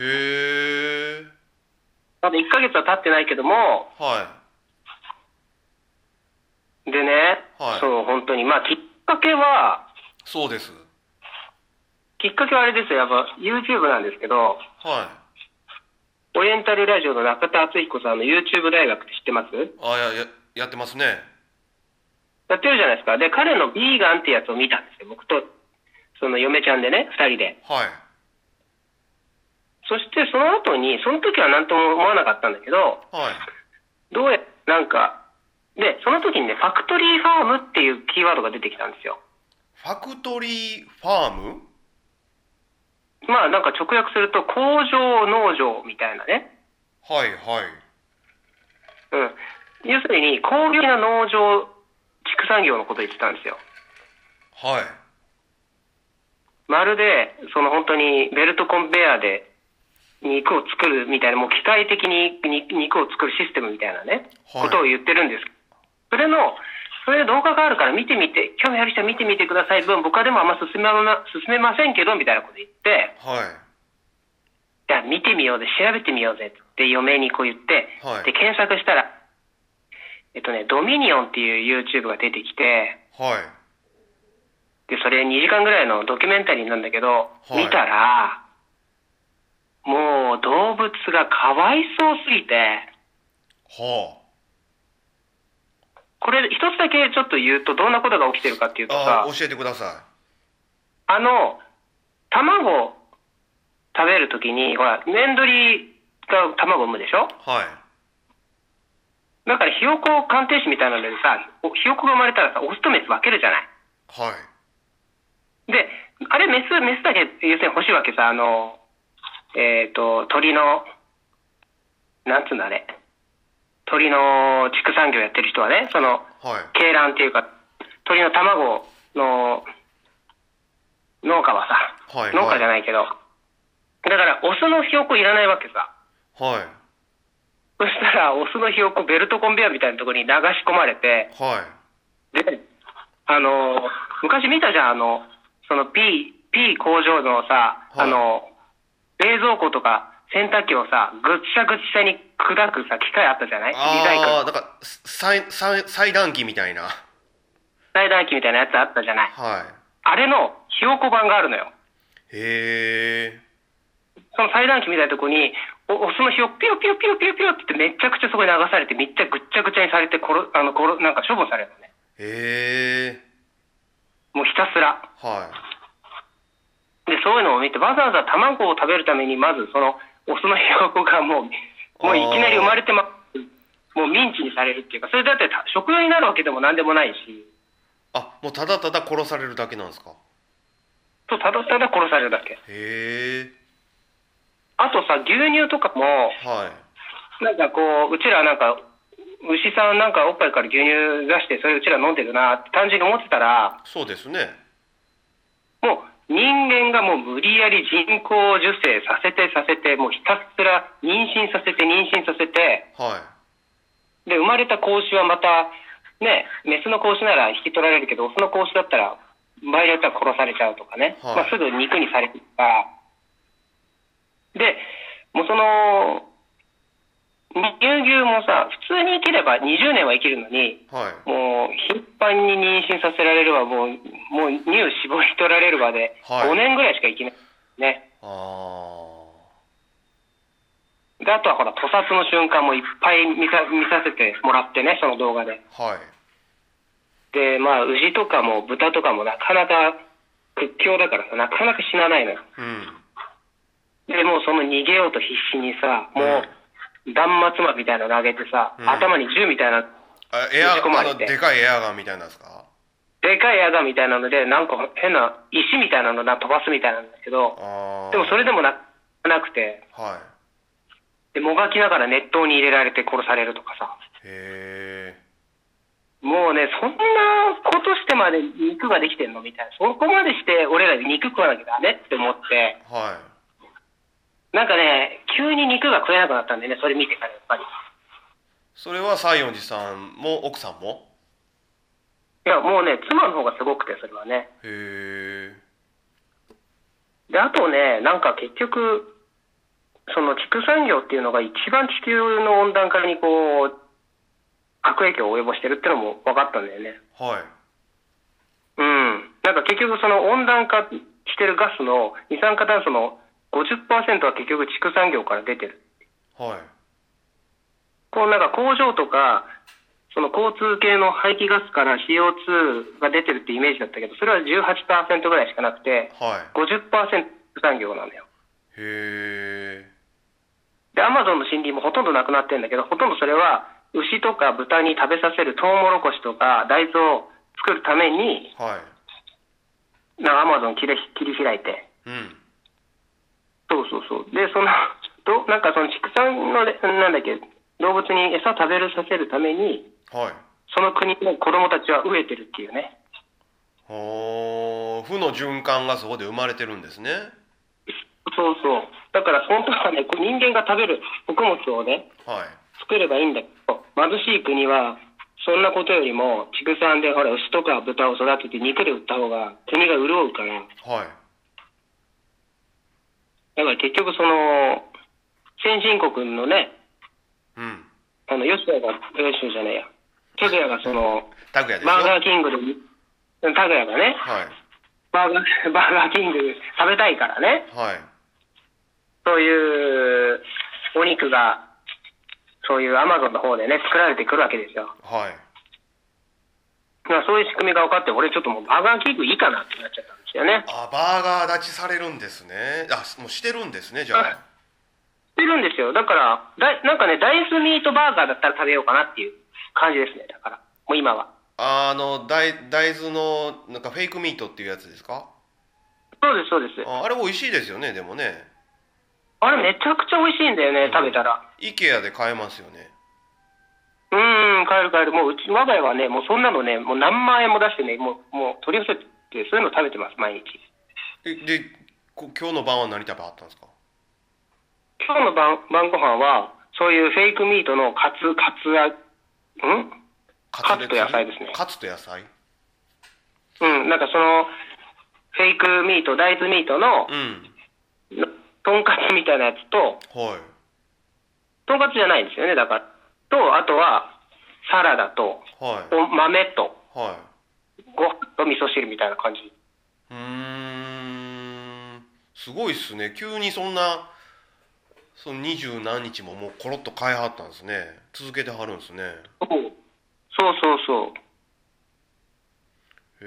へえ。 まだいっかげつは経ってないけども、 はい。 でね、はい、そう本当にまあきっかけは、 そうです。 きっかけはあれですよ、やっぱ YouTube なんですけど、 はい。 オリエンタルラジオの中田敦彦さんの YouTube 大学って知ってます？ あ、や、や、やってますね。 やってるじゃないですか。で、彼のビーガンってやつを見たんですよ。僕と、その嫁ちゃんでね、二人で。 はい。 そしてその後に、その時は何とも思わなかったんだけど、 はい。 どうや、なんか、で、その時にね、ファクトリーファームっていうキーワードが出てきたんですよ。 ファクトリーファーム？ まあなんか直訳すると工場農場みたいなね。 はいはい。 うん。要するに工業的な農場畜産業のことを言ってたんですよ。 はい。 まるでその本当にベルトコンベヤーで肉を作るみたいな、もう機械的に肉を作るシステムみたいなね、はい、ことを言ってるんです。それのそれで動画があるから見てみて、興味ある人は見てみてください。分僕はでもあんま進めま、進めませんけどみたいなこと言って、 はい。 じゃあ見てみようぜ、調べてみようぜって嫁にこう言って、はい、で検索したら、えっとね、ドミニオンっていう YouTube が出てきて、 はい。 で、それにじかんぐらいのドキュメンタリーなんだけど、はい、見たら、もう動物がかわいそうすぎて、 はあ。 これ一つだけちょっと言うとどんなことが起きてるかっていうとさ、 あ、教えてください。 あの、卵食べるときに、ほら、メンドリが卵を産むでしょ？ はい。 だからひよこ鑑定士みたいなのでさ、ひよこが生まれたらさ、オスとメス分けるじゃない。 はい。 で、あれメス、メスだけ要するに欲しいわけさ、あの、えっと、鳥の、なんつうんだあれ。鳥の畜産業やってる人はね、その、 はい、 鶏卵っていうか、鳥の卵の農家はさ、はいはい、農家じゃないけど、だからオスのひよこいらないわけさ。 はい。 そしたらオスのひよこベルトコンベヤーみたいなところに流し込まれて、 はい。 で、あの、昔見たじゃん、あの、その P、P 工場のさ、はい、あの、冷蔵庫とか洗濯機をさ、ぐっちゃぐっちゃに砕くさ、機械あったじゃない？リサイクル。 ああ、なんか、裁、裁、裁断機みたいな。 裁断機みたいなやつあったじゃない？ はい。 あれのひよこ版があるのよ。 へえ。 その裁断機みたいなとこに、お、オスのひよこ、ピヨピヨピヨピヨピヨってめちゃくちゃそこに流されて、めっちゃぐっちゃぐちゃにされて、ころ、あの、ころ、なんか処分されるのね。 へえ。 もうひたすら。 はい。 で、そういうのを見て、わざわざ卵を食べるために、まずその、オスのひよこがもう、もういきなり生まれてま、もうミンチにされるっていうか、それだって食用になるわけでもなんでもないし。 あ、もうただただ殺されるだけなんですか？ そう、ただただ殺されるだけ。 へえ。 あとさ、牛乳とかも、 はい。 なんかこう、うちらなんか、牛さんなんかおっぱいから牛乳出して、それうちら飲んでるなって単純に思ってたら、 そうですね。 もう人間がもう無理やり人工授精させてさせて、もうひたすら妊娠させて妊娠させて、 はい。 で、生まれた子牛はまた、ね、メスの子牛なら引き取られるけど、オスの子牛だったら場合によっては殺されちゃうとかね。はい、まあ、すぐ肉にされるとか。で、もうその、乳牛もさ、普通に生きればにじゅうねんは生きるのに、はい、もう頻繁に妊娠させられるわ、もう、もう乳絞り取られるわで、ごねんぐらいしか生きないね。はい、で、あとはほら、屠殺の瞬間もいっぱい見さ、見させてもらってね、その動画で。はい。で、まあ、牛とかも豚とかもなかなか屈強だからさ、なかなか死なないのよ。うん。で、もうその逃げようと必死にさ、もう、うん断末魔みたいなの投げてさ、うん、頭に銃みたいなあエアあのでかいエアガンみたいなんですか？ でかいエアガンみたいなので、なんか変な石みたいなのを飛ばすみたいなんですけど、でもそれでも な, なくて、はい、でもがきながら熱湯に入れられて殺されるとかさ。へー。もうね、そんなことしてまで肉ができてんのみたいな。そこまでして俺ら肉食わなきゃダメって思って、はいなんかね、急に肉が食えなくなったんでね、それ見てからやっぱり。 それは西園寺さんも奥さんも？ いや、もうね、妻の方がすごくて、それはね。へー。で、あとね、なんか結局、その畜産業っていうのが一番地球の温暖化にこう、悪影響を及ぼしてるっていうのも分かったんだよね。はい。うん。なんか結局その温暖化してるガスの二酸化炭素のごじゅっパーセント は結局畜産業から出てる。はい。こうなんか工場とか、その交通系の排気ガスから シーオーツー が出てるってイメージだったけど、それは じゅうはちパーセント ぐらいしかなくて、はい。ごじゅっパーセント 畜産業なのよ。へー。で、アマゾンの森林もほとんどなくなってるんだけど、ほとんどそれは牛とか豚に食べさせるトウモロコシとか大豆を作るために、はい。なんかアマゾン切り切り開いて、うん。そうそうそう。で、その、どなんかその畜産の、なんだっけ、動物に餌食べるさせるために、はい。その国の子供たちは飢えてるっていうね。 ほー、負の循環がそこで生まれてるんですね。 そうそう。だから本当はね、人間が食べる穀物をね、はい。作ればいいんだけど、貧しい国は、そんなことよりも、畜産でほら、牛とか豚を育てて肉で売った方が国が潤うから、はい。だから結局その、先進国のね、うん。あの、吉野が、吉野じゃねえや。拓也がその、 拓也ですよ。 バーガーキングで、拓也がね、はい。バーガー、バーガーキング食べたいからね。はい。そういう、お肉が、そういうアマゾンの方でね、作られてくるわけですよ。はい。まあそういう仕組みが分かって、俺ちょっともうバーガーキングいいかなってなっちゃったんですよね。 あ、バーガー立ちされるんですね。あ、もうしてるんですね、じゃあ。 してるんですよ。だから、だなんかね、大豆ミートバーガーだったら食べようかなっていう感じですね、だから。もう今は。 あの、大、大豆の、なんかフェイクミートっていうやつですか？ そうです、そうです。 あ、あれ美味しいですよね、でもね。 あれめちゃくちゃ美味しいんだよね、うん、食べたら。 イケアで買えますよね。 うーん、買える買える。もううち、我が家はね、もうそんなのね、もう何万円も出してね、もう、もう取り寄せて、そういうの食べてます、毎日。 え、で、今日の晩は何食べはったんですか？ 今日の晩、晩ご飯は、そういうフェイクミートのカツ、カツや、んカツと野菜ですね。 カツと野菜？ うん、なんかその、フェイクミート、大豆ミートの、うん。とんかつみたいなやつと、はい。とんかつじゃないんですよね、だから。と、あとは、サラダと、はい。お豆と、はい。ご飯と味噌汁みたいな感じ。 うーん。すごいっすね。急にそんな、その二十何日ももうコロッと変えはったんですね。続けてはるんですね。 そうそうそう。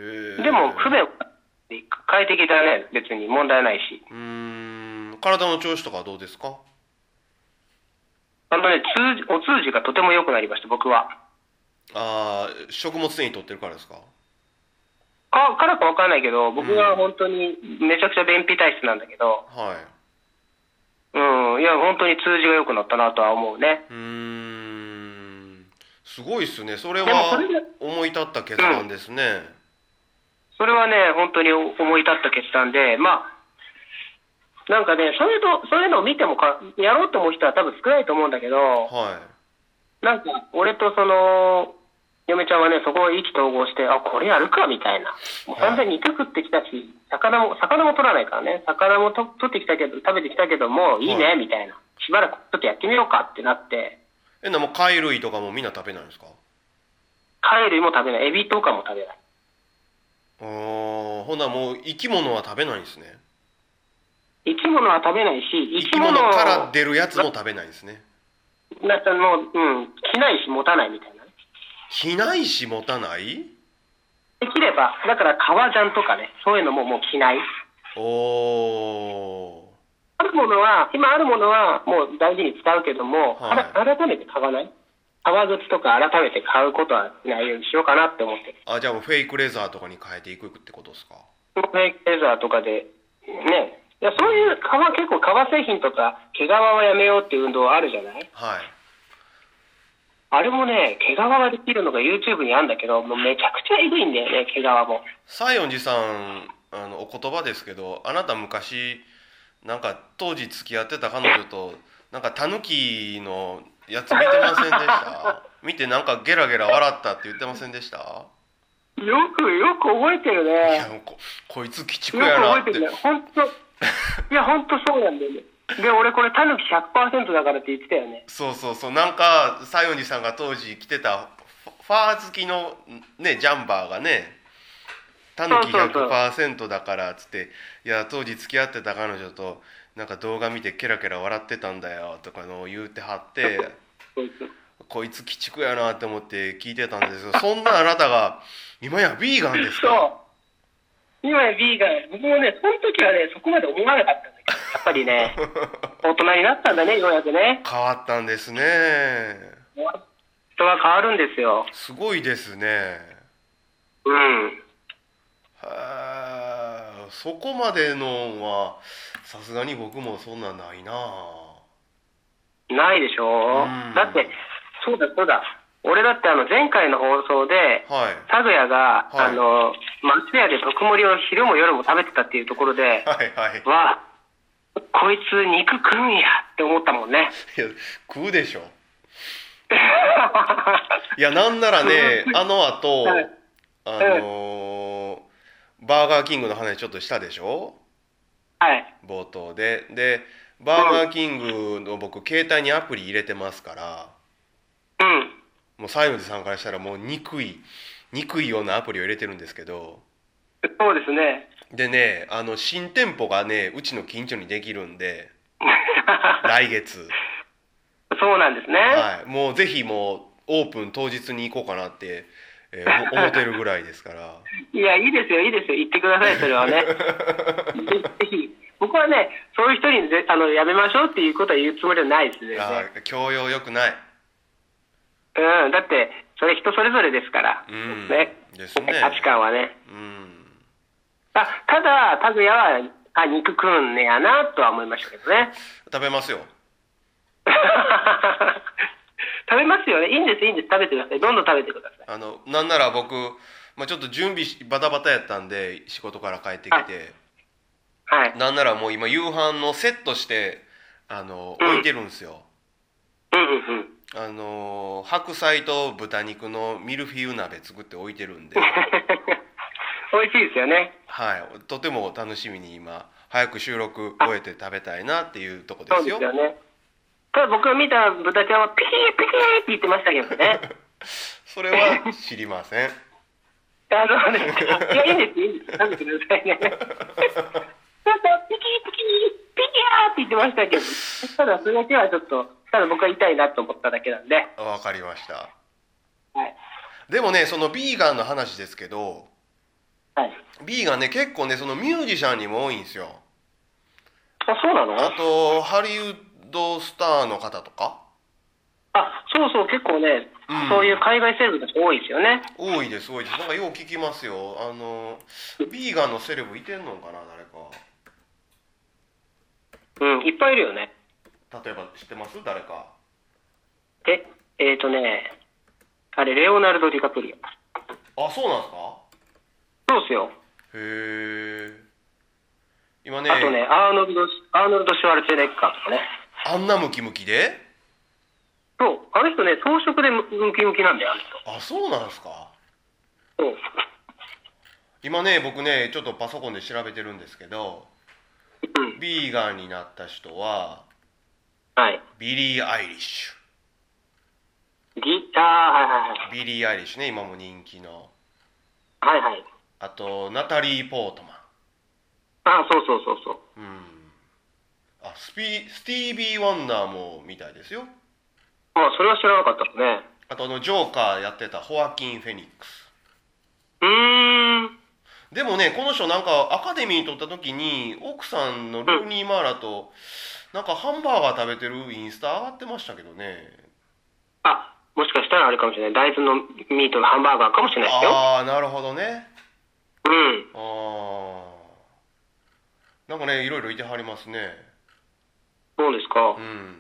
へえ。でも、不便、快適だね。別に問題ないし。 うーん。体の調子とかはどうですか？ あのね、通じ、お通じがとても良くなりました、僕は。 ああ、食物繊維取ってるからですか？ か、からかわかんないけど、僕は本当にめちゃくちゃ便秘体質なんだけど、はい。うん、いや、本当に通じが良くなったなとは思うね。 うーん。すごいっすね。それは思い立った決断ですね。うん、 それはね、本当に思い立った決断で、まあ、なんかね、そういうの、そういうのを見てもか、やろうと思う人は多分少ないと思うんだけど、はい。なんか、俺とその、 嫁ちゃんはね、そこを意気投合して、あ、これやるか、みたいな。もう完全に肉食ってきたし、魚も、魚も取らないからね。魚もと取ってきたけど、食べてきたけども、いいね、はい、みたいな。しばらくちょっとやってみようかってなって。 え、な、もう貝類とかもみんな食べないんですか？ 貝類も食べない。エビとかも食べない。 あー、ほなもう生き物は食べないんですね。 生き物は食べないし、 生き物から出るやつも食べないんですね。 だってもう、うん、着ないし持たないみたいな。 着ないし持たない？ できれば、だから革ジャンとかね、そういうのももう着ない。 おー。 あるものは、今あるものはもう大事に使うけども、はい、改めて買わない？革靴とか改めて買うことはしないようにしようかなって思って。 あ、じゃあもうフェイクレザーとかに変えていくってことですか？ フェイクレザーとかで、ね。いや、そういう革、結構革製品とか毛皮はやめようっていう運動あるじゃない？ はい。 あれもね、毛皮ができるのが YouTube にあるんだけど、もうめちゃくちゃエグいんだよね、毛皮も。 西園寺さん、あの、お言葉ですけど、あなた昔、なんか当時付き合ってた彼女と、なんかタヌキのやつ見てませんでした？見てなんかゲラゲラ笑ったって言ってませんでした？よく、よく覚えてるね。 いや、こ、こいつ鬼畜やなって。 よく覚えてるね。ほんと、いや、ほんとそうなんだよね。で、俺これタヌキ ひゃくパーセント だからって言ってたよね。 そうそうそう。なんか西園寺さんが当時着てたファー付きのねジャンバーがねタヌキ ひゃくパーセント だからっつって、いや当時付き合ってた彼女となんか動画見てケラケラ笑ってたんだよとかのを言うてはってこいつ鬼畜やなって思って聞いてたんですけど、そんなあなたが今やビーガンですか？ そう今やビーガン。僕もね、その時はねそこまで思わなかったんだけど、やっぱりね大人になったんだね、ようやくね。 変わったんですね。 人は変わるんですよ。 すごいですね。 うん。 はあ、そこまでのはさすがに僕もそんなんないな。 ないでしょ、うん、だってそうだそうだ、俺だってあの前回の放送で、はい、タグヤが、はい、あの松屋で特盛りを昼も夜も食べてたっていうところで、はいはい、わこいつ肉食うんやって思ったもんね。 いや食うでしょいやなんならねあの後、はい、あのー、バーガーキングの話ちょっとしたでしょ、 はい、 冒頭ででバーガーキングの僕携帯にアプリ入れてますから、 うん、 もう西園寺さんからしたらもう憎い憎いようなアプリを入れてるんですけど、 そうですね。 でね、あの新店舗がねうちの近所にできるんで来月そうなんですね、 はい、もうぜひもうオープン当日に行こうかなって、えー、思ってるぐらいですからいやいいですよいいですよ、言ってくださいそれはねぜひ僕はねそういう人にぜあのやめましょうっていうことは言うつもりはないですね。 あ教養よくない。 うん、だってそれ人それぞれですから、 うん、 ね、 ですね、 価値観はね、 うん、 あただタグヤはあ肉食うんねやなとは思いましたけどね。 食べますよ食べますよね。いいんですいいんです、食べてください、どんどん食べてください。 あのなんなら僕、まあ、ちょっと準備バタバタやったんで仕事から帰ってきて、 はい、 なんならもう今夕飯のセットしてあの、うん、置いてるんですよ。 うんうんうん、 あの白菜と豚肉のミルフィーユ鍋作って置いてるんで美味しいですよね。 はい、とても楽しみに今早く収録終えて食べたいなっていうとこですよ。 そうですよね。ただ僕が見た豚ちゃんはピキーピキーって言ってましたけどねそれは知りませんあのね、いやいいんですいいんです、食べてくださいねそうそう、ピキーピキーピキーって言ってましたけど、ただそれだけはちょっとただ僕は痛いなと思っただけなんで。 わかりました、 はい、 でもねそのビーガンの話ですけど、 はい、 ビーガンね結構ねそのミュージシャンにも多いんですよ。 あ、そうなの？ あとハリウッドスターの方とか、 あ、そうそう、結構ね、うん、そういう海外セレブたち多いですよね。 多いです多いです。なんかよう聞きますよ。あのビーガンのセレブいてんのかな誰か。 うん、いっぱいいるよね。 例えば知ってます誰か。 え、えーとね、あれレオナルド・ディカプリオ。 あ、そうなんですか。 そうっすよ。 へえ。今ね。 あとね、アーノルド・アーノルド・シュワルツェネッガーとかね。 あんなムキムキで？ そう、 あの人ね、装飾でムキムキなんだよ、あの人。 あ、そうなんですか。 そう。 今ね、僕ね、ちょっとパソコンで調べてるんですけど、 うん、 ビーガンになった人は、 はい。 ビリー・アイリッシュ。ビ、あー、はいはいはい。 ュ。ビリー・アイリッシュね、今も人気の。 はいはい。 あと、ナタリー・ポートマン。 あー、そうそうそうそう。 うん。あ、スピ、スティービー・ワンダーもみたいですよ。 あ、それは知らなかったですね。 あと、あの、ジョーカーやってたホアキン・フェニックス。 うーん。 でもね、この人なんかアカデミー取った時に、奥さんのルーニー・マーラと、なんかハンバーガー食べてるインスタ上がってましたけどね。 あ、もしかしたらあれかもしれない。大豆のミートのハンバーガーかもしれないですよ。 ああ、なるほどね。 うん。 ああ。なんかね、いろいろいてはりますね。 そうですか。 うん。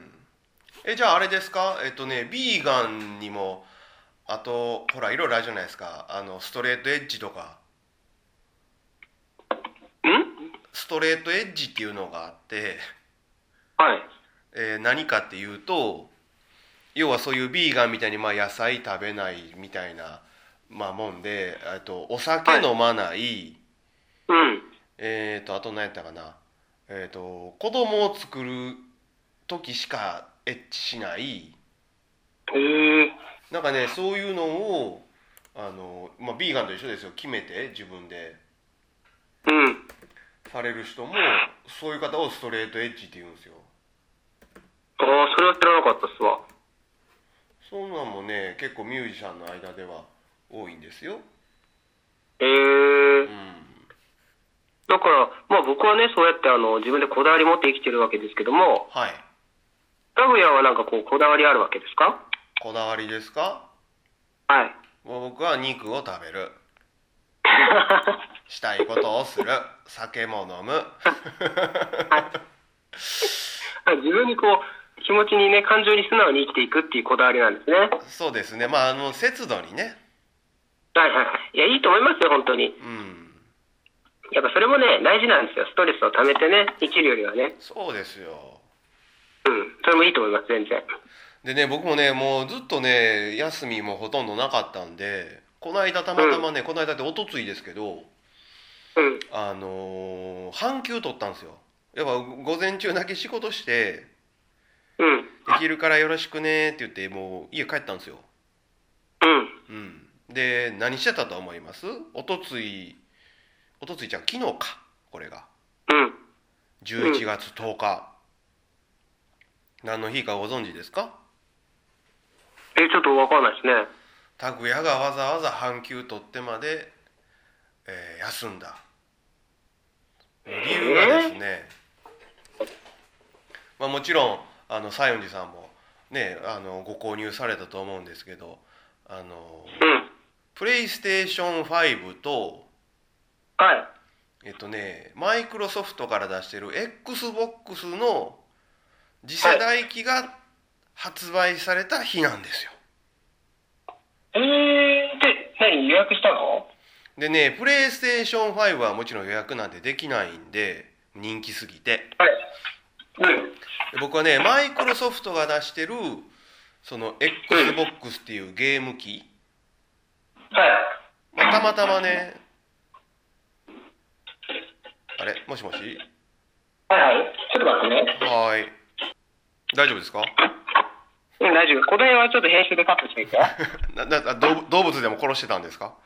え、じゃああれですか、えっとね、ビーガンにも、あと、ほら、いろいろあるじゃないですか。あの、ストレートエッジとか。 んストレートエッジっていうのがあって、 はい。 えー何かっていうと、要はそういうビーガンみたいにまあ野菜食べないみたいな、まあ、もんで、えっとお酒はい。 飲まない、 うん。 えっとあと何やったかな、えっと子供を作る時しかエッチしない、 へえ。 なんかね、そういうのをあの、まあ、ビーガンと一緒ですよ。決めて自分でうん。 される人も、そういう方をストレートエッジって言うんですよ。 ああ、それは知らなかったっすわ。 そんなんもね、結構ミュージシャンの間では多いんですよ。 へえ。 うん。 だから、まあ僕はね、そうやってあの、自分でこだわり持って生きてるわけですけども、 はい。 ラグヤはなんかこう、こだわりあるわけですか？ こだわりですか？ はい。 もう僕は肉を食べる。したいことをする。酒も飲む。 自分にこう、気持ちにね、感情に素直に生きていくっていうこだわりなんですね。 そうですね。まあ、あの、節度にね。 はいはいはい。いや、いいと思いますよ、本当に。 うん。 やっぱそれもね、大事なんですよ。ストレスを溜めてね、生きるよりはね。 そうですよ。 うん。それもいいと思います、全然。 でね、僕もね、もうずっとね、休みもほとんどなかったんで、この間たまたまね、この間っておとついですけど、 うん。 あのー半休取ったんですよ。やっぱ午前中だけ仕事して、 うん。 できるからよろしくねって言って、もう家帰ったんですよ。 うん。 うん。で、何してたと思います？おとつい、おとついじゃん、昨日か、これが。 うん。 じゅういちがつとおか。何の日かご存知ですか？ え、ちょっとわかんないですね。 拓也がわざわざ半休取ってまで、えー休んだ。理由がですね、まあ、もちろんあの西園寺さんもね、あのご購入されたと思うんですけど、あのうん。 プレイステーションファイブと、 はい。 えっとね、マイクロソフトから出してる Xbox の次世はい。 代機が発売された日なんですよ。 えー、で、何予約したの？ でね、プレイステーションファイブはもちろん予約なんてできないんで、人気すぎて。 はい。うん。 で僕はね、マイクロソフトが出してるその Xbox っていうゲーム機、 はい。 まあ、たまたまね、あれもしもし、 はいはい。ちょっと待ってね。 はーい、大丈夫ですか？ うん、大丈夫。この辺はちょっと編集でカットしていいか？ なな動動物でも殺してたんですか？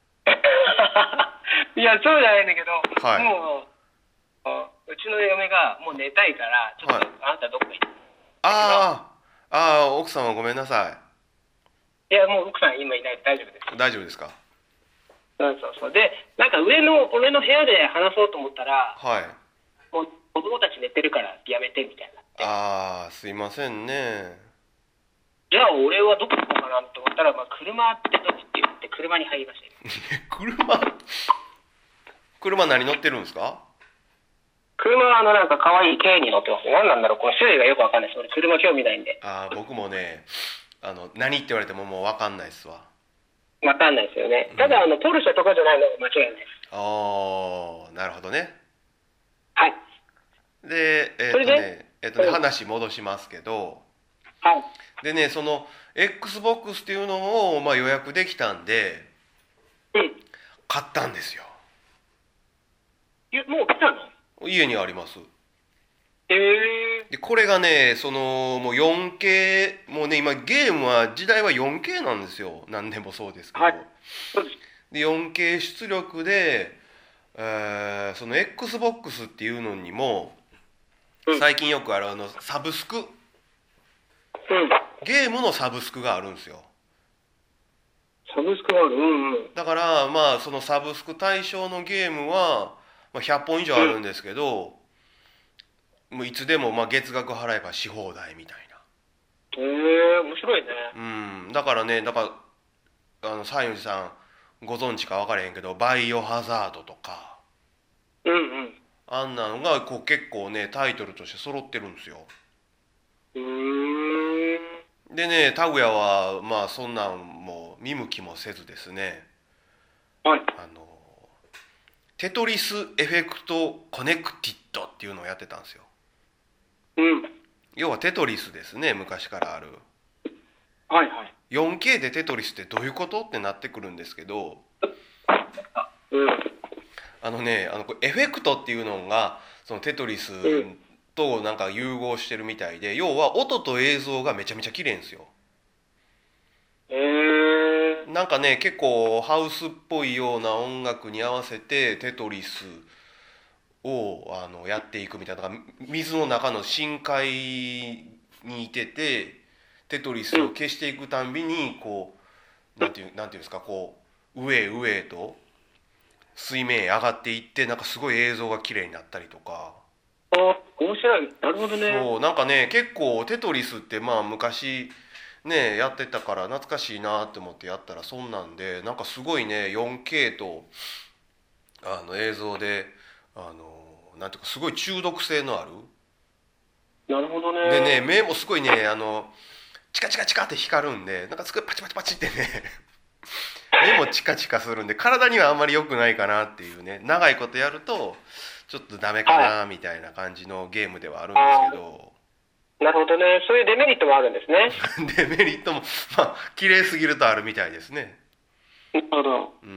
いや、そうじゃないんだけど、 はいもう、うちの嫁がもう寝たいから、ちょっと、 はい、 あなたどこ行ってあーあー、奥様ごめんなさいや、もう奥さん今いないで大丈夫です。 い。大丈夫ですか？ そうそうそう。で、なんか上の、俺の部屋で話そうと思ったら、 はい。 もう子供たち寝てるからやめてみたいな。 ああ、すいませんね。 じゃあ俺はどこ行こうかなと思ったら、まあ、車ってどっちって言って車に入りましたよ。 車車何乗ってるんですか？ 車はあのなんか可愛い軽に乗ってます。何なんだろう、この種類がよくわかんないです。俺車興味ないんで。 ああ、僕もね、あの何って言われてももう分かんないっすわ。 わかんないですよね。 うん、 ただあのポルシェとかじゃないのが間違いないです。 ああ、なるほどね。 はい。 で、えっ、 それで、 とね、えっ、とね、 うん、 話戻しますけど、 はい。 でね、その Xbox っていうのを、まあ、予約できたんで、 うん。 買ったんですよ。 いや、もう来たの？ 家にあります。 ええで、これがね、その、もう よんケー、もうね、今ゲームは、時代は よんケー なんですよ。何でもそうですけど。 はい。そうです。 で、よんケー 出力で、えーその Xbox っていうのにも、 うん。 最近よくあるあの、サブスク、 うん。 ゲームのサブスクがあるんですよ。 サブスクがある。うんうん。 だから、まあ、そのサブスク対象のゲームは、まあ、ひゃっぽん以上あるんですけど、もういつでもまあ月額払えばし放題みたいうん。ええ面白いね。 な。うん。だからね、だからあの西園寺さんご存知か分からへんけど、バイオハザードとかうんうん。 あんなのがこう結構ねタイトルとして揃ってるんですよ。 うーん。 でね、タグヤはまあそんなんも見向きもせずですね、 はい。 あのテトリスエフェクトコネクティッドっていうのをやってたんですよ。 うん。 要はテトリスですね、昔からある。 はいはい。 よんケー でテトリスってどういうことってなってくるんですけど、 うん。 あのね、あのこれエフェクトっていうのがそのテトリスうん。 となんか融合してるみたいで、要は音と映像がめちゃめちゃ綺麗んですよ。 ええなんかね、結構ハウスっぽいような音楽に合わせてテトリスをあのやっていくみたいな。だから水の中の深海にいてて、テトリスを消していくたんびにこうなんていうなんていうんですか、こう上へ上へと水面へ上がっていって、なんかすごい映像が綺麗になったりとか。 あ、面白い。なるほどね。 そうなんかね、結構テトリスってまあ昔ねやってたから懐かしいなって思ってやったら、そんなんでなんかすごいね よんケー とあの映像で、あのなんていうかすごい中毒性のある。 なるほどでね、 ね。 目もすごいね、あのチカチカチカって光るんで、なんかすごいパチパチパチってね目もチカチカするんで、体にはあんまり良くないかなっていうね。長いことやるとちょっとダメかはい。 なみたいな感じのゲームではあるんですけあど、 あ、なるほどね。そういうデメリットもあるんですね。 デメリットもまあ綺麗すぎるとあるみたいですね。 なるほど。 うん、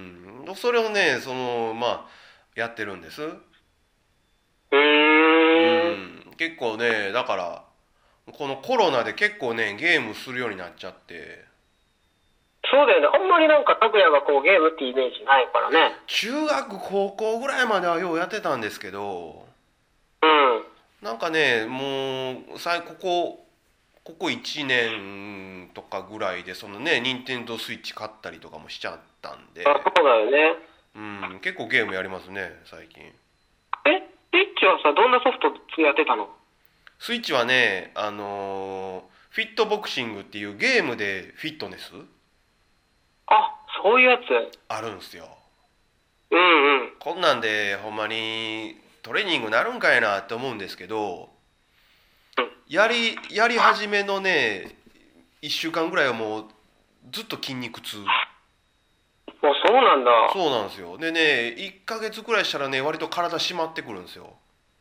それをね、そのまあやってるんです。 ううーん。 ん、結構ね、だからこのコロナで結構ねゲームするようになっちゃって。 そうだよね。あんまりなんか、拓也がこうゲームってイメージないからね。 中学高校ぐらいまではようやってたんですけど、 うん。 なんかねもうさいここここいちねんとかぐらいでそのね任天堂スイッチ買ったりとかもしちゃったんで、 あ、そうだよね。 うん、結構ゲームやりますね最近。 え、スイッチはさ、どんなソフトやってたの？ スイッチはね、あのーフィットボクシングっていうゲームでフィットネスあ、そういうやつ。 あるんすよ。 うんうん。 こんなんでほんまにトレーニングなるんかいなって思うんですけど、やりやり始めのねいっしゅうかんぐらいはもうずっと筋肉痛。 あ、そうなんだ。 そうなんですよ。でね、いっかげつくらいしたらね割と体締まってくるんですよ。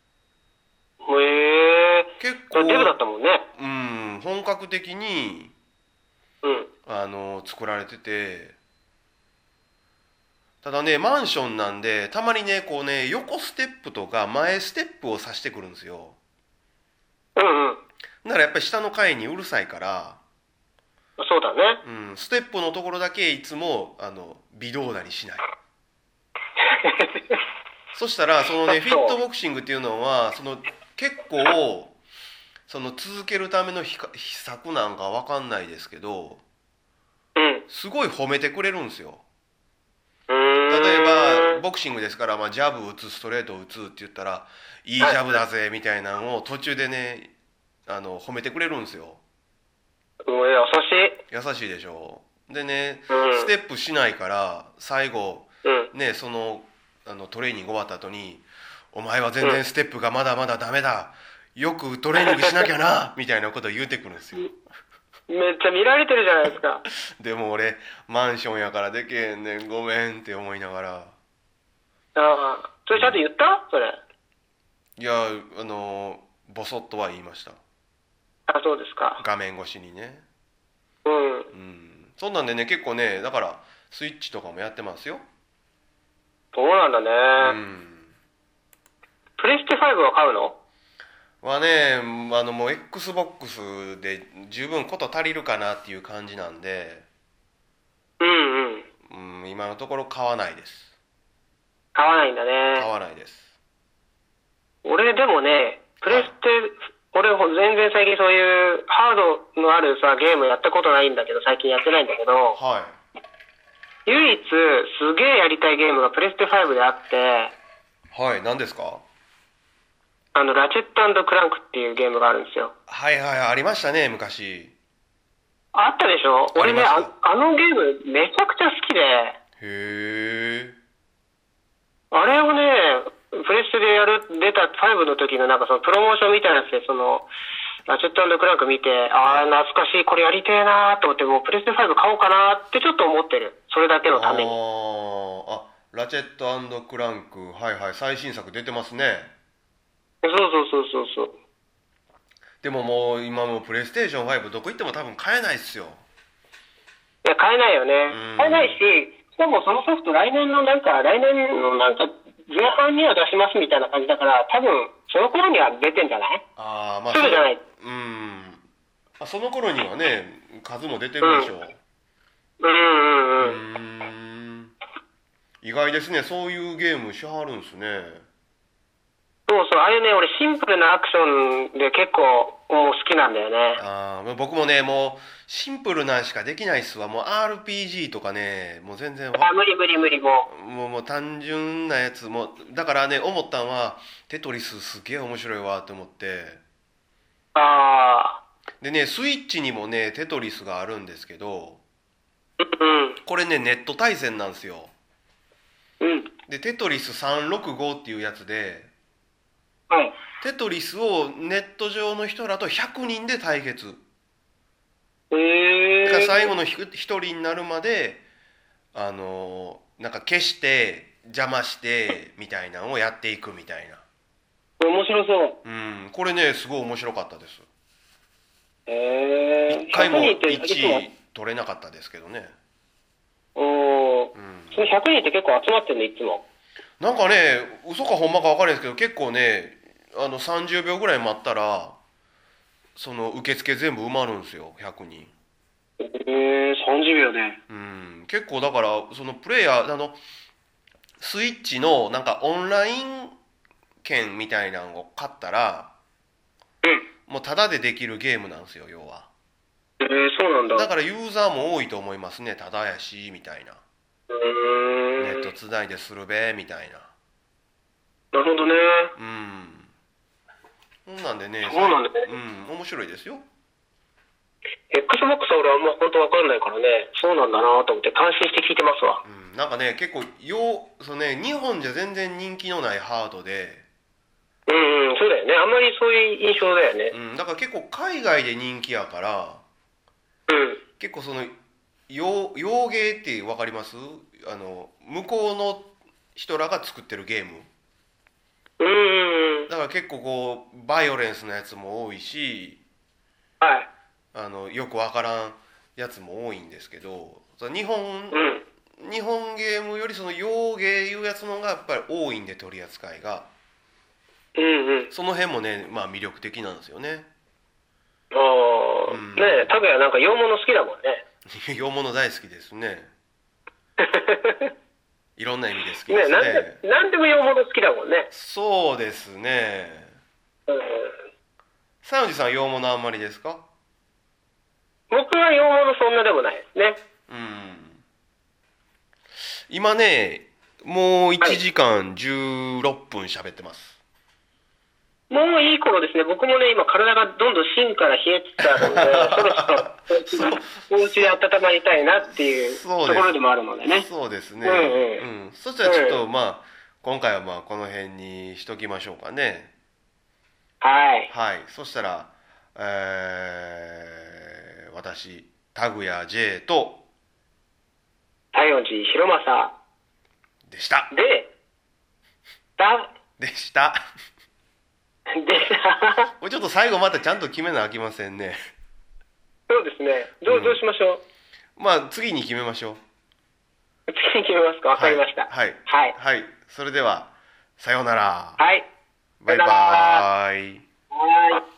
へえ。 結デブだっ構、 たもんね。 うん、本格的にうん。 あの作られてて、ただねマンションなんでたまにねこうね横ステップとか前ステップをさしてくるんですよ。 うんうん。 だからやっぱり下の階にうるさいから、 そうだね。 うん、ステップのところだけいつもあの微動だにしない。そしたらそのねフィットそボクシングっていうのはその結構その続けるための秘秘策なんかわかんないですけど、 う。うん。 すごい褒めてくれるんですよ。 う例えーん。 ばボクシングですから、まあ、ジャブ打つストレート打つって言ったらいいジャブだぜみたいなのを途中でねあの褒めてくれるんですよ。 うん、優しい。 優しいでしょ。でねうん。 ステップしないから最後うん。 ねそのあのトレーニング終わった後に「お前は全うん。 然ステップがまだまだダメだ、よくトレーニングしなきゃな」みたいなことを言うてくるんですよ。 めっちゃ見られてるじゃないですか。 でも俺マンションやからでけへんねん、ごめんって思いながら。 ああ。それちゃんと言ったそれ。 いやあのボソッとは言いました。 あ、そうですか。 画面越しにね。 うん。 うん。そんなんでね、結構ね、だから、スイッチとかもやってますよ。 そうなんだね。 うん。 プレステファイブは買うの？ はね、あのもう Xbox で十分こと足りるかなっていう感じなんで、 うんうん。 うん、今のところ買わないです。 買わないんだね。 買わないです。 俺でもね、プレステ、 はい、 俺全然最近そういうハードのあるさ、ゲームやったことないんだけど、最近やってないんだけど、 はい。 唯一すげえやりたいゲームがプレステファイブであって、 はい、何ですか？ あの、ラチェットクランクっていうゲームがあるんですよ。 はいはい、ありましたね、昔。 あったでしょ？俺ね、あ、あのゲームめちゃくちゃ好きで。 へー。 あれをね、プレステでやる、出たファイブの時のなんかそのプロモーションみたいなやつで、その、ラチェットクランク見て、ああ、懐かしい、これやりてえなーと思って、もうプレステファイブ買おうかなってちょっと思ってる。それだけのために。 ああ、ラチェットクランク、はいはい、最新作出てますね。 そうそうそうそうそう。 でももう今もうプレイステーションファイブどこ行っても多分買えないっすよ。 いや、買えないよね。 うん。 買えないし、しかもそのソフト来年のなんか、来年のなんか、前半には出しますみたいな感じだから、多分、その頃には出てんじゃない？ ああ、まあ、 すぐじゃない。 うん。まあ、その頃にはね、数も出てるでしょう。 うん、うんうんうん。 うーん。意外ですね、そういうゲームしはるんすね。 そうそう、ああいうね、俺シンプルなアクションで結構もう好きなんだよね。 ああ、僕もね、もうシンプルなんしかできないっすわ。もう アールピージー とかね、もう全然わ、 あ、無理無理無理ももう、もう単純なやつも、だからね、思ったんは、テトリスすげえ面白いわって思って。 う。ああ。 でね、スイッチにもね、テトリスがあるんですけど、 うん。 これね、ネット対戦なんですよ。 うん。 で、テトリスさんびゃくろくじゅうごっていうやつで、 はい。 テトリスをネット上の人らとひゃくにんで対決。 へだから最え。 後のひとりになるまで、あのーなんか消して邪魔してみたいなのをやっていくみたいな。 面白そう。 うん、これねすごい面白かったです。 へえ。 一回もひゃくにんっていちいい取れなかったですけどね。 つも、おー、 うん、 そのひゃくにんって結構集まってるの、いつも。 なんかね嘘かほんまか分からないですけど、結構ねあのさんじゅうびょうぐらい待ったらその受付全部埋まるんですよ、ひゃくにん。 へえ、さんじゅうびょうね。 うん、結構だからそのプレイヤーあのスイッチのなんかオンライン券みたいなのを買ったらうん。 もうタダでできるゲームなんですよ、要は。 へえ、そうなんだ。 だからユーザーも多いと思いますね、タダやしみたいな。 うーん。 ネットつないでするべみたいな。 なるほどね。 うん。そんなんでね、 そうなんだね。 うん、面白いですよ。 Xbox は俺はあんま本当わかんないからね、そうなんだなと思って感心して聞いてますわ。 うん、なんかね、結構よう、そのね、日本じゃ全然人気のないハードで、 うんうん、そうだよね。あんまりそういう印象だよね。 うん、だから結構海外で人気やから、 うん。 結構その、洋洋芸ってわかります？あの、向こうの人らが作ってるゲーム。 うんうんうん。 だから結構こう、バイオレンスのやつも多いし、 はい。 あの、よくわからんやつも多いんですけど、日本、 うん。 日本ゲームよりその洋芸いうやつのがやっぱり多いんで、取り扱いが。 うんうん。 その辺もね、まあ魅力的なんですよね。 ああ、 うん、 ねえ、拓也なんか洋物好きだもんね。 洋物大好きですね。いろんな意味で好きですね。 ねえ、なんで、なんでも洋物好きだもんね。 そうですね。 うん。 西園寺さん洋物あんまりですか？ 僕は洋物そんなでもないですね。 うん。今ね、もういちじかんじゅうろっぷん喋ってます。 もういい頃ですね。僕もね、今体がどんどん芯から冷えつつあるので、そろそろお家で温まりたいなっていうところでもあるのでね。 そうですね。 うんうん。 うん。そしたらちょっと、まあ、今回はまあこの辺にしときましょうかね。 はい。 はい。そしたら、えー、私、タグヤ J と、 西園寺博正でした。 で、だ、 でした。 でした。 これちょっと最後またちゃんと決めなあきませんね。 そうですね。どう、どうしましょう。 うん、まあ次に決めましょう。 次に決めますか。わかりました。 はい。 はい。 はい。それでは、さようなら。 はい。 バイバーイ。 はい。